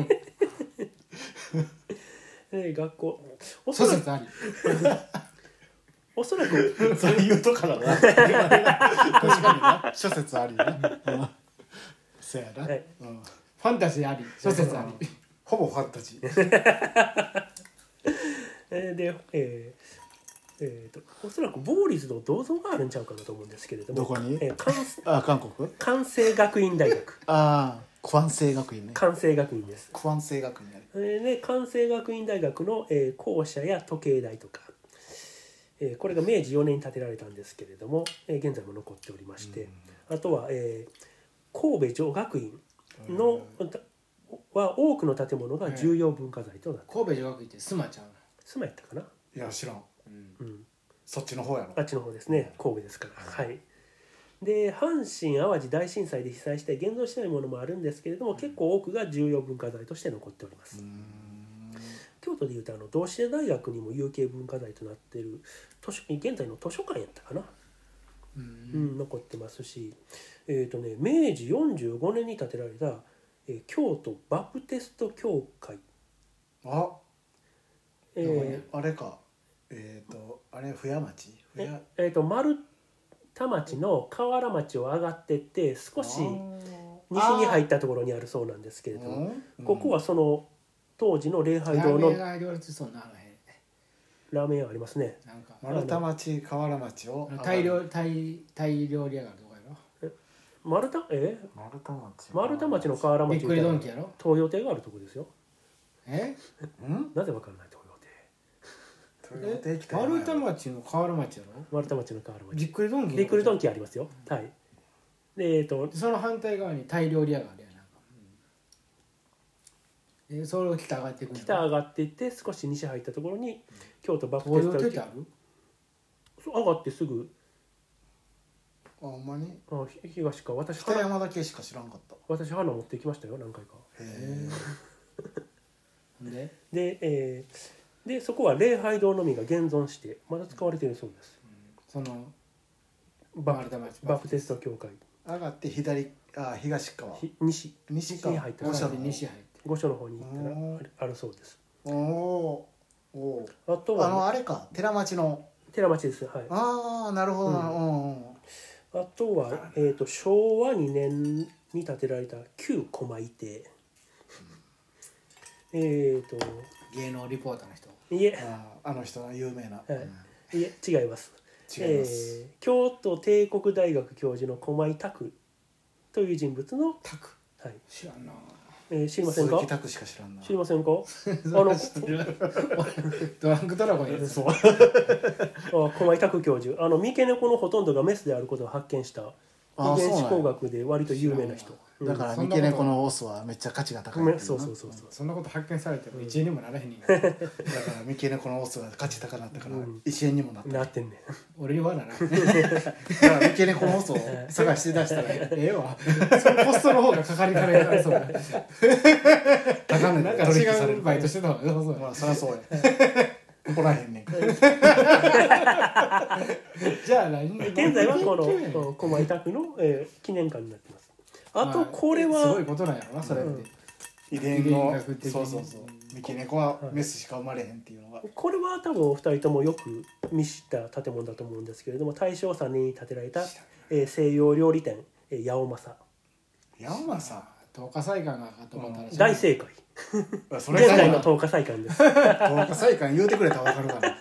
え学校おそらくありおそらくそういうとからな確かにな諸説ありな、うん、そうやな、はい、うん、 ファンタジーあり諸説ありほぼファンタジーで、えーえー、とおそらくボーリズの銅像があるんちゃうかなと思うんですけれども、 どこに、 えー、関あ韓国関西学院大学ああ関西学院ね関西学院です関西学院ね、 えー、で関西学院大学の、えー、校舎や時計台とか、えー、これがめいじよねんに建てられたんですけれども、えー、現在も残っておりまして、あとは、えー、神戸女学院のは多くの建物が重要文化財となって、 神戸女学院って須磨ちゃう須磨やったかな、 いや知らん、 うん、 そっちの方やろ、 あっちの方ですね、神戸ですから、はい。で阪神・淡路大震災で被災して現存してないものもあるんですけれども、結構多くが重要文化財として残っております。 うーん京都でいうとあの同志社大学にも有形文化財となっている図書現在の図書館やったかな、 ううんん、残ってますし、えーとね、明治よんじゅうごねんに建てられた、えー京都バプテスト教会、 あ、 えあれかえっ、とあれ富谷町ー富谷えーと丸太町の河原町を上がってって少し西に入ったところにあるそうなんですけれども、ここはその当時の礼拝堂のラーメンが両立しそうなあの辺ラーメン屋ありますね。 なんか丸太町河原町を大量タイタイ料理屋があるとこやろ丸太え丸太町丸太町の河原町びっくりドンキやろ東洋亭があるとこですよ。 えうんなぜわからない東洋亭。 豊田駅丸太町の河原町やろ丸太町の河原町びっくりドンキびっくりドンキありますよ。はい。でえっ、とその反対側にタイ料理屋があるやなんか、うん、えそれを北上がっていくんやろ北上がっていって少し西入ったところに京都バプテ東スト洋亭ってあるそう上がってすぐあほんまにあひ東か私北花山だけしか知らんかった私花持ってきましたよ何回か。 へえで、 で、えーでそこは礼拝堂のみが現存してまだ使われているそうです。 そのバ丸太町バプテスト教会上がって左あ東側ひ西西西に入った五所で西入って御所の方に行ったらおーあるあるそうです。 おおおあとあのはあれか寺町の寺町です。はい。 ああなるほどな、 うんうんうんあとは、えー、と昭和にねんに建てられた旧狛江亭、えっ、と芸能リポーターの人いえ、 あーあの人の有名な、 はいいえ違います。 違います、 えー京都帝国大学教授の駒井拓という人物の、 タクはい知らんなえー知りませんか鈴木拓しか知らんな知りませんかあのドランクドラゴンやそうあ駒井拓教授あの三毛猫のほとんどがメスであることを発見したあ遺伝子工そうなんや学で割と有名な人。 だからそんなこと三毛猫のオスはめっちゃ価値が高いっていうなそうそうそうそうそんなこと発見されても一円にもならへんねんだから三毛猫のオスが価値高くなったからうん一円にもなった、 なってんねん。 俺にはならんだから三毛猫のオスを探して出したらええわそのポストの方がかかりかねないそうだ高値なんかで取引される違うバイトしてたわそうそうまあそりゃそうや怒らへんねんからじゃあ何現在はこの勉強やねんこの駒井拓の、えー記念館になってます。あとまこれすごはいことなんやろなそれって、 うん遺伝の遺伝学的にそうそうそう三毛猫はメスしか生まれへんっていうのがこれは多分お二人ともよく見知った建物だと思うんですけれども大正さんねんに建てられた、えー西洋料理店、えー、八尾正山さ東華祭館がと思ったら大正解んそれ現在の東東華祭館です。 華祭館言うてくれたら分かるかな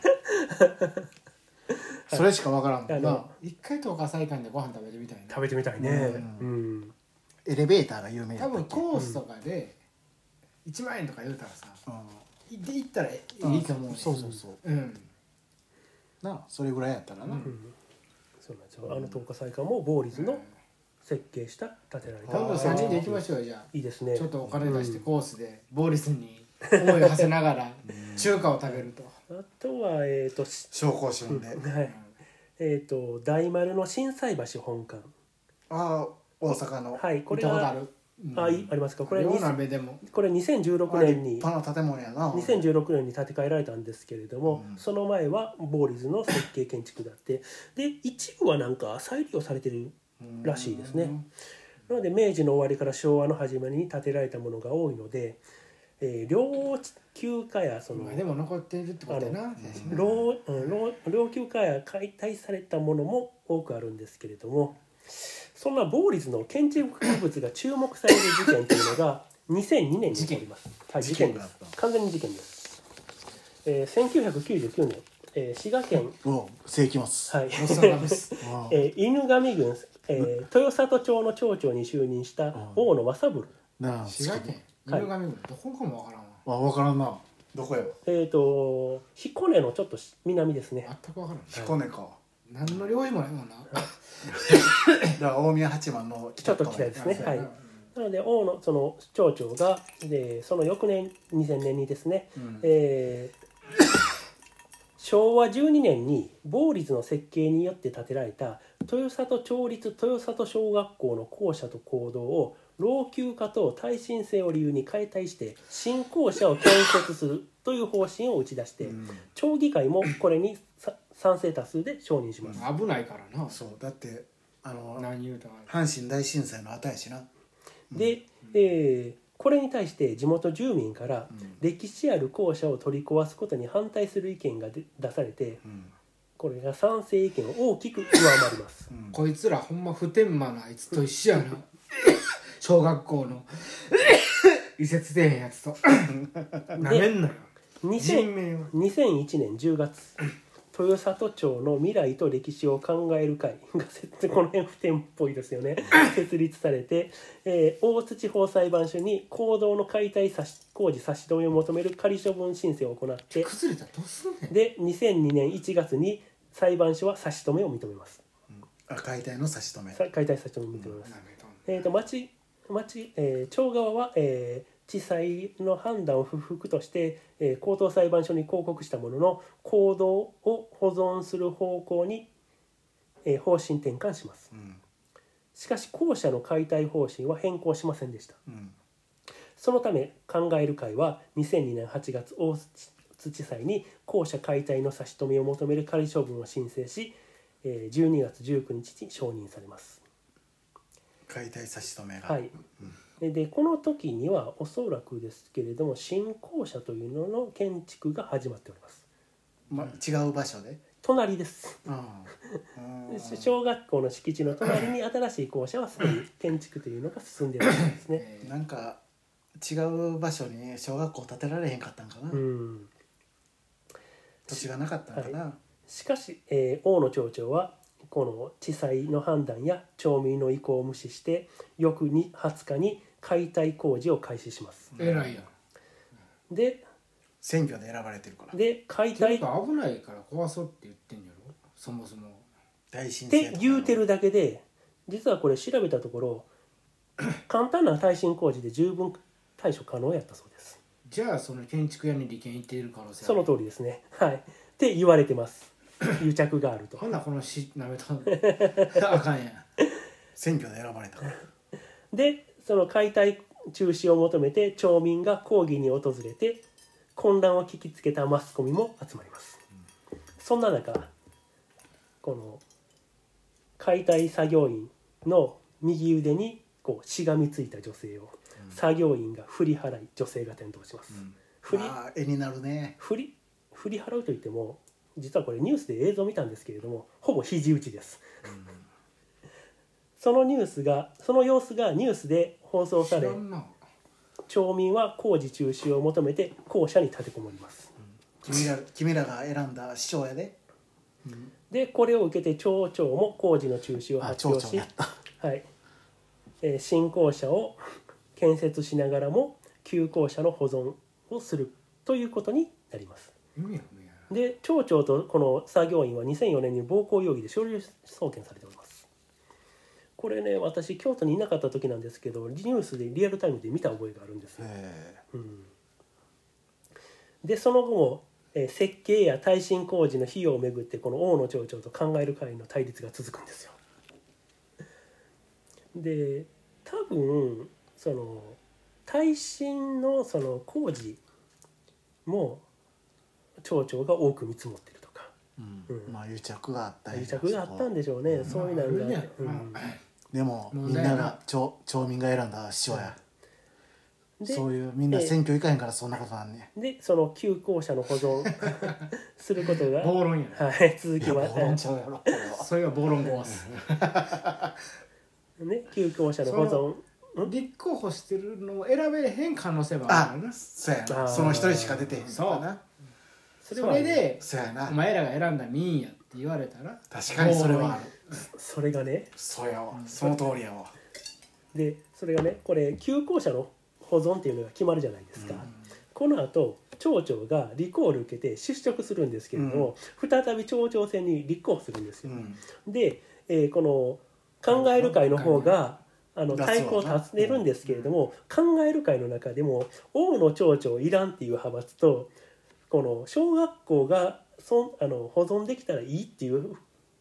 それしか分からんもんなあの一回東華祭館でご飯食べてみたいな食べてみたいね。 ううん。 エレベーターが有名や多分ったっけコースとかでいちまん円とか言うたらさうんで行ったらいいと思うねそうそうそううんなあそれぐらいやったらな、 うんそうなんですよ。あの東華祭館もボーリズの設計した建てられた。 今度さんにんで行きましょうよじゃあいいですね。 ちょっとお金出してうんコースでボーリスに思いを馳せながら中華を食べるとあとはえっ、とし紹興酒飲んで、 はい。えっ、と大丸の心斎橋本館。 ああ大阪の、 はい。これが行ったことあるあいありますか。これ両に鍋でもこれにせんじゅうろくあ立ねんに派な建物やなにせんじゅうろくねんに建て替えられたんですけれども、 うんその前はボーリズの設計建築だってで一部はなんか再利用されてるらしいですね。なので明治の終わりから昭和の初めに建てられたものが多いので、えー、老朽化やそのまあでも残っているってことやな老うん老老朽化や解体されたものも多くあるんですけれども、そんなボーリズの建築物が注目される事件というのがにせんにねんに起こります。はい、事件です事件があった。 完全に事件です。えー、せんきゅうひゃくきゅうじゅうきゅうねん、えー、滋賀県、 うん世紀末、 はいおっさんですああえー、犬上郡、えー、豊里町の町長に就任した大野正信、 なあ滋賀県はい犬神郡どこかもわからんわあ分からんなどこやえー、と彦根のちょっと南ですね。 全くわからん彦根か何の領域もないもんなだから大宮八幡のちょっと北ですね。はい。なので大野その町長がでその翌年にせんねんにですね、 うんえー昭和じゅうにねんにボーリズの設計によって建てられた豊里町立豊里小学校の校舎と講堂を老朽化と耐震性を理由に解体して新校舎を建設するという方針を打ち出して、 うん町議会もこれに賛成多数で承認します。 危ないからな。 そうだってあの何言うたか阪神大震災の後やしな。 で、えーこれに対して地元住民から歴史ある校舎を取り壊すことに反対する意見がで出されて、 うんこれが賛成意見を大きく上回ります。 うんこいつらほんま普天間のあいつと一緒やな。小学校の移設底辺やつとなめんなよ。人命をにせんいちねんじゅうがつ豊里町の未来と歴史を考える会が設この辺普天っぽいですよね設立されて、えー、大津地方裁判所に公道の解体差し工事差し止めを求める仮処分申請を行って崩れたらどうすんねん。 でにせんにねんいちがつに裁判所は差し止めを認めます。 あ解体の差し止め。 さ解体差し止めを認めます。 なめとんえー、と町町、えー、町側は、えー地裁の判断を不服として、えー高等裁判所に抗告したものの公道を保存する方向に、えー方針転換します。 うんしかし後者の解体方針は変更しませんでした。 うんそのため考える会はにせんにねんはちがつ大津地裁に後者解体の差し止めを求める仮処分を申請し、えーじゅうにがつじゅうくにちに承認されます。 解体差し止めが。 はい、でこの時にはおそらくですけれども新校舎というのの建築が始まっております。 ま違う場所で。 隣です。 うんうん小学校の敷地の隣に新しい校舎はすでに建築というのが進んでいるんですね。 なんか違う場所に小学校建てられへんかったんかな。 うん土地がなかったんかな。 しかし、えー大野町長はこの地裁の判断や町民の意向を無視して翌にはつかに解体工事を開始します。 偉いやん。 で選挙で選ばれてるから。 で解ていう体か危ないから壊そうって言ってんやろそもそも。 大震っ災とかて言うてるだけで実はこれ調べたところ簡単な耐震工事で十分対処可能やったそうです。 じゃあその建築屋に利権言っている可能性ある。 その通りですね。はい。って言われてます。癒着があると。 ほんなこのしなめたんあかんやん。 選挙で選ばれたから。 でその解体中止を求めて町民が抗議に訪れて混乱を聞きつけたマスコミも集まります。そんな中この解体作業員の右腕にこうしがみついた女性を作業員が振り払い女性が転倒します。振りああ絵になるね。 振り振り払うといっても実はこれニュースで映像を見たんですけれどもほぼ肘打ちです、うん、そのニュースがその様子がニュースで放送され町民は工事中止を求めて校舎に立てこもります、 うん、君ら君らが選んだ市長やで、 うん、でこれを受けて町長も工事の中止を発表し、はいえー、新校舎を建設しながらも旧校舎の保存をするということになります。で町長とこの作業員はにせんよねんに暴行容疑で書類送検されております。これね私京都にいなかった時なんですけどニュースでリアルタイムで見た覚えがあるんですよ、うん、でその後も、えー、設計や耐震工事の費用をめぐってこの大野町長と考える会の対立が続くんですよ。で多分その耐震のその工事も町長が多く見積もってるとか、 うんうん、まあ癒着があった癒着があったんでしょうね、うん、そういうのが、ねうん、 でもみんなが町町民が選んだ市長や、うん、そういうみんな選挙行かへんからそんなことなんね。 でその旧校舎の保存することが暴論や、 はい、続きま暴論ちゃうやろそれが暴論壊すね旧校舎の保存立候補してるのを選べへん可能性もあるな。 そうやなその一人しか出てへんからな。 それそれでそうやなお前らが選んだ民やって言われたら確かにそれはある。 それがねそうやわ、うん、その通りやわ。 でそれがねこれ旧校舎の保存っていうのが決まるじゃないですか、うん、このあと町長がリコール受けて失職するんですけれども、うん、再び町長選に立候補するんですよ、うん、で、えー、この考える会の方があの対抗を立てるんですけれども、考える会の中でも大野町長いらんっていう派閥とこの小学校がそんあの保存できたらいいっていう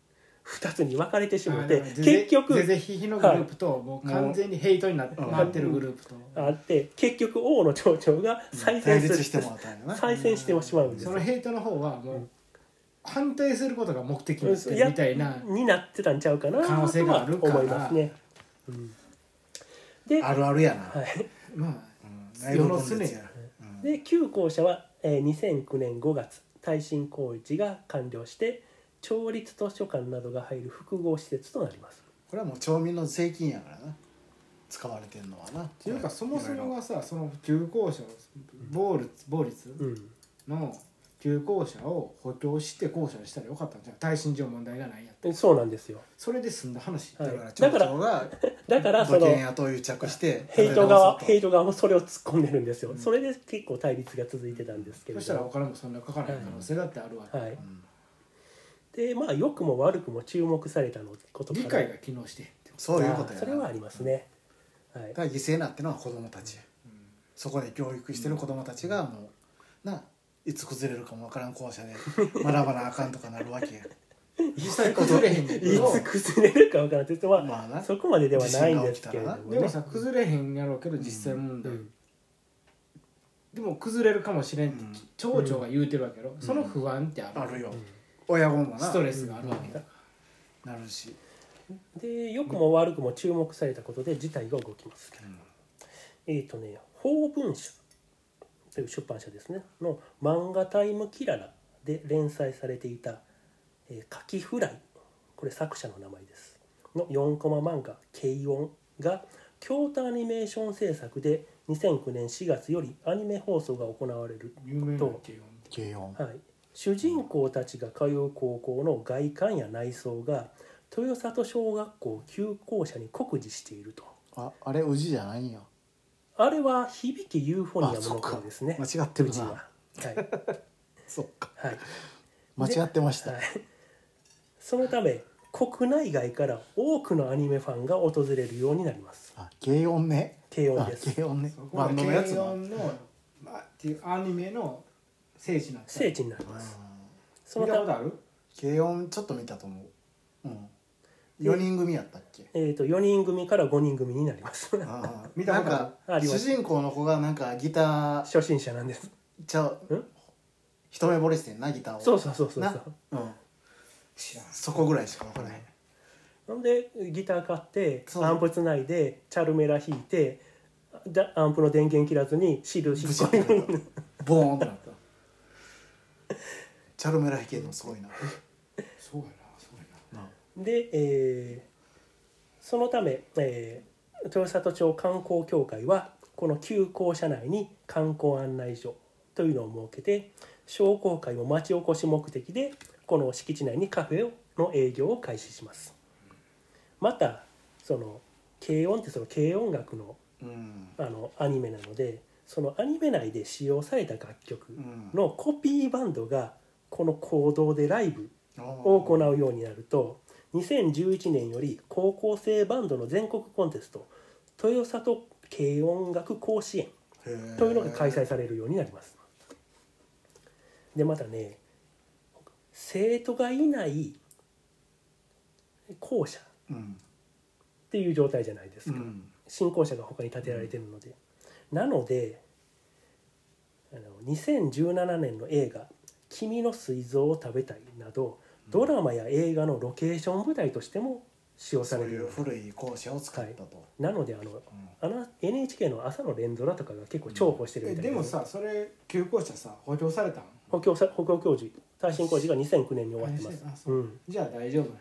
ふたつに分かれてしまって、 あーゼゼ結局ゼゼヒヒのグループと、もう完全にヘイトになって,、 うんなってるグループと、 あって結局王の町長が再選する、 対立してもらったんやな。 再選してしまうんですよそのヘイトの方はもう反対することが目的になっていやるみたいなになってたんちゃうかな可能性があるからとは思いますね。うんで、 あるあるやな。 はいまあうん内部分裂や。うんで旧校舎は、えー、にせんきゅうねんごがつ耐震工事が完了して町立図書館などが入る複合施設となります。 これはもう町民の税金やからな。使われてんのはな。っっていうかそもそもがさ、その旧校舎を某立某立うんの旧校舎を補強して校舎にしたらよかったんじゃん。耐震上問題がないやってそうなんですよ。 それで済んだ話、 はいだから町長がだからその土建屋と癒着してヘイト側ヘイトト側もそれを突っ込んでるんですよ。それで結構対立が続いてたんですけれそしたらおど、 金もそんなかからない可能性だってあるわけ、 はい。でまあ良くも悪くも注目されたのことから理解が機能してってそういうことやな。 あーそれはありますね。はいだから犠牲になってるのは子供たちや。そこで教育してる子供たちがもうないつ崩れるかもわからん校舎で学ばなあかんとかなるわけや。 実際崩れへんねんけいどつ崩れるかわからんって言っては、 まあなそこまでではないんですけれどもね。 でもさ崩れへんやろうけど実際問題、 うんでも崩れるかもしれんってうん町長が言うてるわけやろ、その不安ってある,、 あるよ。親子もなストレスがあるわけだ、 なるし。 で良くも悪くも注目されたことで事態が動きます。えっ、とね法文社という出版社ですねの漫画タイムキララで連載されていた「えー、カキフライ」これ作者の名前ですのよんコマ漫画「軽音」が京都アニメーション制作でにせんきゅうねんしがつよりアニメ放送が行われる、 有名なと軽音軽音。 はい、主人公たちが通う高校の外観や内装が豊里小学校旧校舎に酷似していると。 ああれ宇治じゃないんや。 あれは響きユーフォニアムのあそっか方ですね。 間違ってるなうちは。はい。 そっか。 はい。 間違ってました。 はい。そのため国内外から多くのアニメファンが訪れるようになります。 あ軽音ね。あ軽音です。 軽音ねそ。こバがンドのやつな。 軽音の、まあ、っていうアニメの聖地なんです聖地になります。そのため見たことある軽音ちょっと見たと思う。うん。よにん組やったっけ。 えっ、とよにん組からごにん組になります。 ああ見たことあるなんかあります主人公の子がなんかギター初心者なんです。 ちゃうん一目惚れしてんなギターを。 そうそうそうそうなそう。 うん。 知らんそこぐらいしか分からへん。 ほんでギター買ってそうアンプつないでチャルメラ弾いてだアンプの電源切らずにシール引っ込みボーンってなった。チャルメラ弾けんのすごいな。 そうやなそうやななで、えーそのため、えー豊里町観光協会はこの旧校舎内に観光案内所というのを設けて商工会も町おこし目的でこの敷地内にカフェの営業を開始します。またその軽音ってその軽音楽のうん。 あのアニメなのでそのアニメ内で使用された楽曲うん。 のコピーバンドがこの講堂でライブを行うようになるとにせんじゅういちねんより高校生バンドの全国コンテスト豊里軽音楽甲子園というのが開催されるようになります。でまたね生徒がいない校舎うん。 っていう状態じゃないですか、 うん。 新校舎が他に建てられているので、なのであのにせんじゅうななねんの映画「君の膵臓を食べたい」などドラマや映画のロケーション舞台としても使用さそういれるようにう古い校舎を使ったと。 なのであの、あの エヌエイチケー の朝の連ドラとかが結構重宝してるみたいな、 えでもさそれ旧校舎さ補強されたん補強さ補強工事耐震工事がにせんきゅうねんに終わってますあそううん、 じゃあ大丈夫ね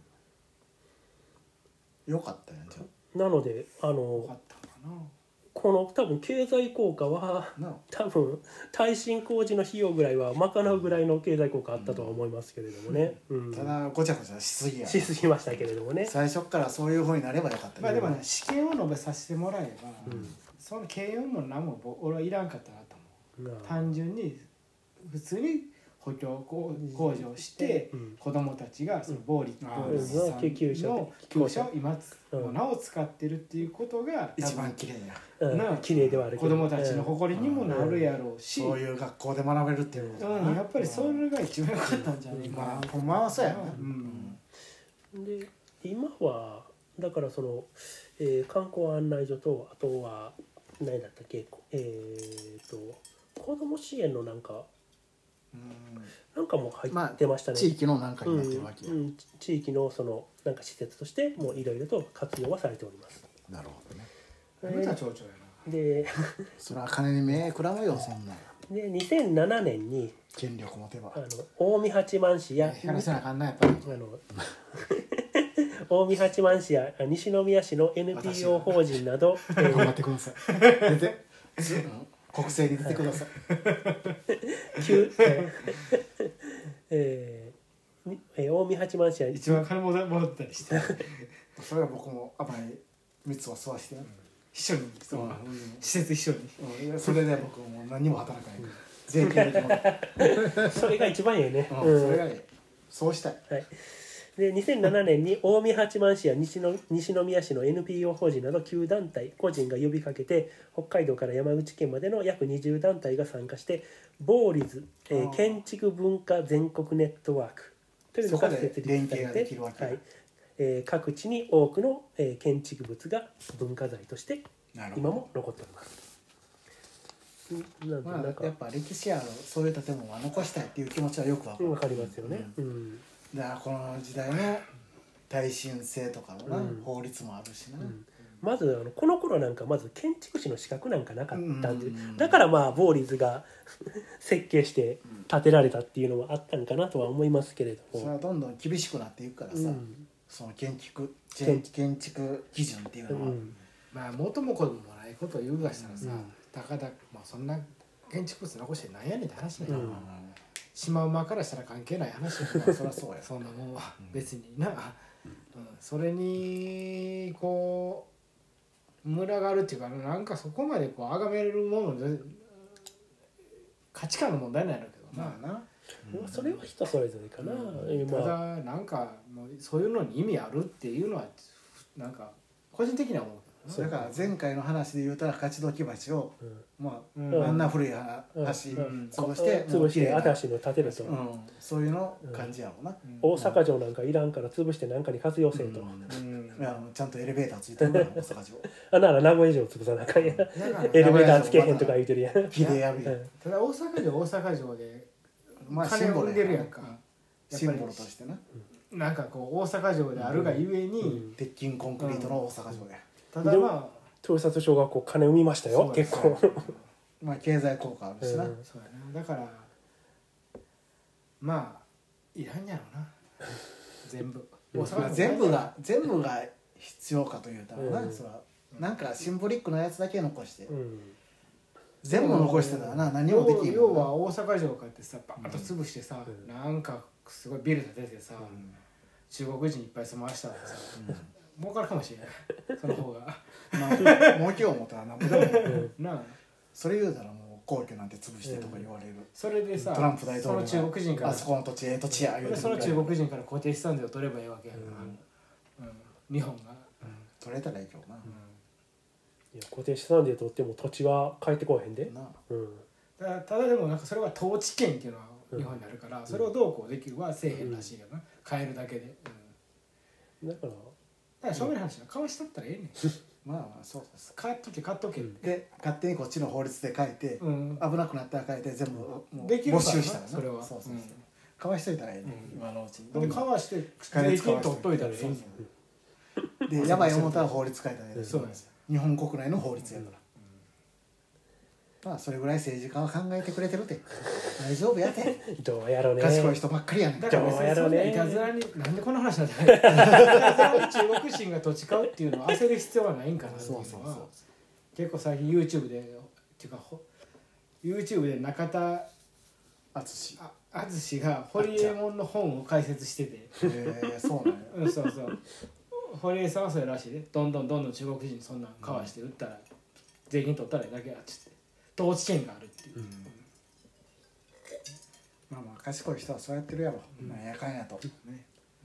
よかったやんじゃなのであよのかったかなこの多分経済効果はあ。なあ。 多分耐震工事の費用ぐらいは賄うぐらいの経済効果あったとは思いますけれどもね、うんただごちゃごちゃしすぎや。 しすぎましたけれどもね、 最初からそういう風になればよかったけど。 まあでもね試験を述べさせてもらえば、 うんその軽音も何もぼ俺はいらんかったなと思うなあ単純に普通に補強工工事をして、 うん子供たちがその暴力うん暴力さん救急車での救車を今つ、 うんもうなお使ってるっていうことが一番綺麗や。 うんなあ綺麗ではあるけど子供たちの誇りにもなるやろうし、 そういう学校で学べるっていうことだなうん、やっぱりそれが一番良かったんじゃないかな、 まあほんまはそうやな。 うんで今はだからその、えー観光案内所とあとは何だったっけ、えー、と子ども支援のなんかうんなんかも入まってましたね。 あ地域のなんかになってるわけや、 うんうん地域のそのなんか施設としてもういろいろと活用はされております。 なるほどね。 見た町長やな。 でそれは金に目くらむよそんなでにせんななねんに権力持てばあの近江八幡市ややらせなあかんなやっぱり。 あの近江八幡市や西宮市の エヌピーオー 法人など、え頑張ーってください出て国政に出てください旧えーえーにえー近江八幡市や一番金ももらってたりして。 それは僕も甘い蜜を吸わしてやる、 一緒にその施設一緒に。 うんいやそれで僕も何にも働かないから税金だけもらう、 それが一番ええね。 うんうんそれがいいそうしたい。 はい、でにせんななねんに近江八幡市や西の西宮市の エヌピーオー 法人などきゅう団体個人が呼びかけて北海道から山口県までの約にじゅう団体が参加してボーリズ、えーあー建築文化全国ネットワークというのが設立されそこで連携ができてるわ、けはいえー各地に多くの、えー建築物が文化財としてなるほど今も残っております。んなんでまあなんかやっぱ歴史あるそういう建物は残したいっていう気持ちはよくわかる、 わかりますよね。うんだからこの時代の耐震性とかのな、 うん法律もあるしな、 うんまずあのこの頃なんかまず建築士の資格なんかなかったんで、 うんだからまあボーリズが設計して建てられたっていうのはあったんかなとは思いますけれどそれも、 はどんどん厳しくなっていくからさ、 うんその建築建建築基準っていうのは、 うんまあ元も子もないことを言うがしたらさ、 うんたかだまあそんな建築物残してなんやねんって話なんや、 うんシマウマからしたら関係ない話やまあそりゃそうやそんなもんは別にな、うん、それにこう群がるっていうかなんかそこまでこう崇めるもので価値観の問題なんやろうけどな、 まあな、 まあそれは人それぞれかな、えたまあだなんかもうそういうのに意味あるっていうのはなんか個人的には思うけどなだから前回の話で言うたら勝どき橋を、 うんまあ、 うんあんな古いは橋うん潰して、も潰してう綺麗な新しいの建てると、 うん、そういうの感じやろうな、 大阪城なんかいらんから潰して何かに活用せえと、 うんいやちゃんとエレベーターついてるから大阪城あなら名古屋城潰さなあかんやんだからエレベーターつけへんとか言うてるやん綺麗やるやん、 うんただ大阪城大阪城でまあシ金をンボル生んでるやんか、 シンボルとしてな、 なんかこう大阪城であるがゆえに、 うん鉄筋コンクリートの大阪城や、 ただまあ豊里小学校金生みましたよそう結構まあ経済効果あるしな、 うんそうやなだからまあいらんやろな全部うん大阪城全部が全部が必要かというたらな、 うんそれはなんかシンボリックなやつだけ残して、 うん全部残してたらな何もできん要もんなは大阪城かってさバーッと潰してさ、 うんなんかすごいビル建ててさ、 うん中国人いっぱい住まわしたらさ、儲かるかもしれないその方がまあ儲けよう思ったらなんぼでもなあそれ言うたらもう皇居なんて潰してとか言われる、 それでさトランプ大統領がその中国人からあそこの土地ええ土地や言うでそのてるぐらい中国人から固定資産税を取ればいいわけやから、うん日本が、 取れたらいいけどな、 いや固定資産税取っても土地は返ってこへんで、 なうんただただでもなんかそれは統治権っていうのは日本にあるから、それをどうこうできるはせえへんらしいよな、変えるだけで、うん、 だからだから正面の話は交わしたったらええねんまあまあそうです買っとけ買っとけ、 で勝手にこっちの法律で書いて、 うん危なくなったら書いて全部もうできるからな没収したらなそれはそうそうそう、 うんかわしといたらいいね、 うん今のうちにで交わして金税使わし金取っといたらええねんそうそうでやばい思ったら法律書いたらいいですそうなんですよ日本国内の法律やから、まあそれぐらい政治家は考えてくれてるって大丈夫やてどうやろうね賢い人ばっかりやねんだから別にそんどうやろうねないたずらになんでこの話になってないいたずらに中国人が土地買うっていうのは焦る必要はないんかなっていうのはそうそうそう結構最近 YouTube でっていうかほ YouTube で中田淳あ淳が堀江門の本を解説しててえー、そうなんやうんそうそう堀江さんはそれらしいでどんどんどんどん中国人にそんなんかわして売ったら、税金取ったらいいだけやっつって統治権があるっていう、 うんまあまあ賢い人はそうやってるやろ、なんやかんやと、ね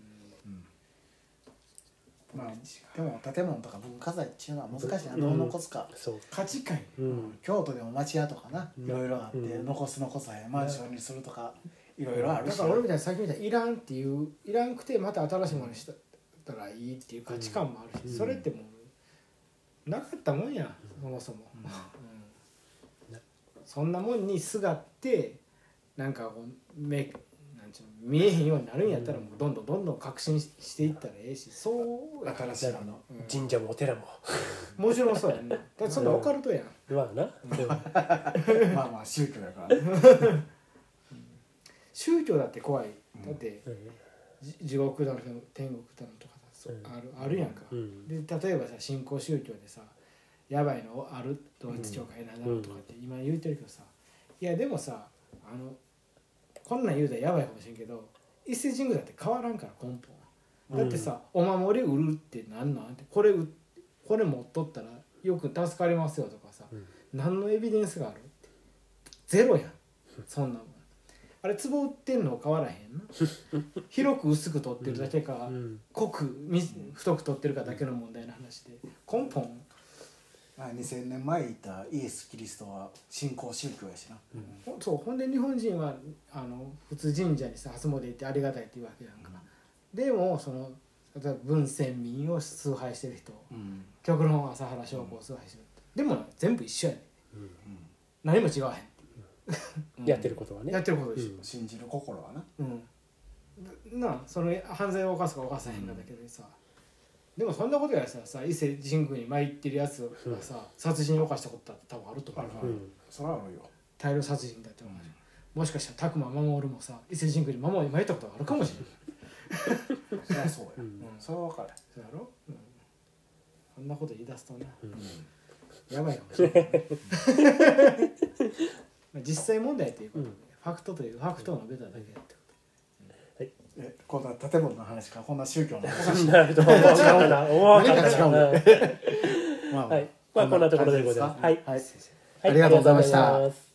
うんまあでも建物とか文化財っていうのは難しいな、 うんどう残すか、 そう価値観うん京都でも町屋とかな、 うんいろいろあって、 うん残す残さへんマンションにするとかいろいろあるし、 だから俺みたいにさっきみたいにいらんっていういらんくてまた新しいものにしたたらいいっていう価値観もあるし、 うん、 それってもうなかったもんや、そもそも、 うんうん、そんなもんにすがってなんかこう目なんちゅうの見えへんようになるんやったらもうどんどんどんどん革新していったらええし、そうや新しいもの、 うん神社もお寺ももちろんそうやんな、だってそんなオカルトやん、 まあな、 まあまあ宗教やからね宗教だって怖い、 うんだってうんじ地獄だの天国だのとかさ、そううんあるあるやんか、 うんで例えばさ新興宗教でさやばいのある統一教会なんだろうとかって今言うてるけどさ、いやでもさあのこんなん言うたらやばいかもしれんけど伊勢神宮だって変わらんから根本だってさ、お守り売るってなんなんってこれ売これ持っとったらよく助かりますよとかさ、 うん何のエビデンスがあるってゼロやんそんなもんあれ壺売ってんの変わらへんな広く薄く取ってるだけか、 うん濃くみ太く取ってるかだけの問題の話で根本まあにせんねんまえいたイエス・キリストは新興宗教やしな、 ほそうほんで日本人はあの普通神社にさ初詣行ってありがたいって言うわけやんか、でもその例えば文鮮民を崇拝してる人、 うん極論朝原将校を崇拝してる人、でも全部一緒やねうん何も違わへんうんやってることはねやってること一緒、 うん信じる心はな、 うん、なあその犯罪を犯すか犯さへんかだけでさ、でもそんなことやささ伊勢神宮に参ってるやつがさ、殺人を犯したことだって多分あると思う、 あるうんそれはあるよ、 大量殺人だって思う、もしかしたら拓磨守もさ伊勢神宮に守り参ったことがあるかもしれないそりゃそうや、 うんそれは分かる、 そうやろ、うん、そんなこと言い出すとね、 うんやばいかもしれないまあ実際問題ということで、 うんファクトというファクトを述べただけだってえこんな建物の話からこんな宗教の話なるほど思わんかったな思わんかった何か違うなのまあまあはいまあこんなところでございますはいはいはいありがとうございましたありがとうございます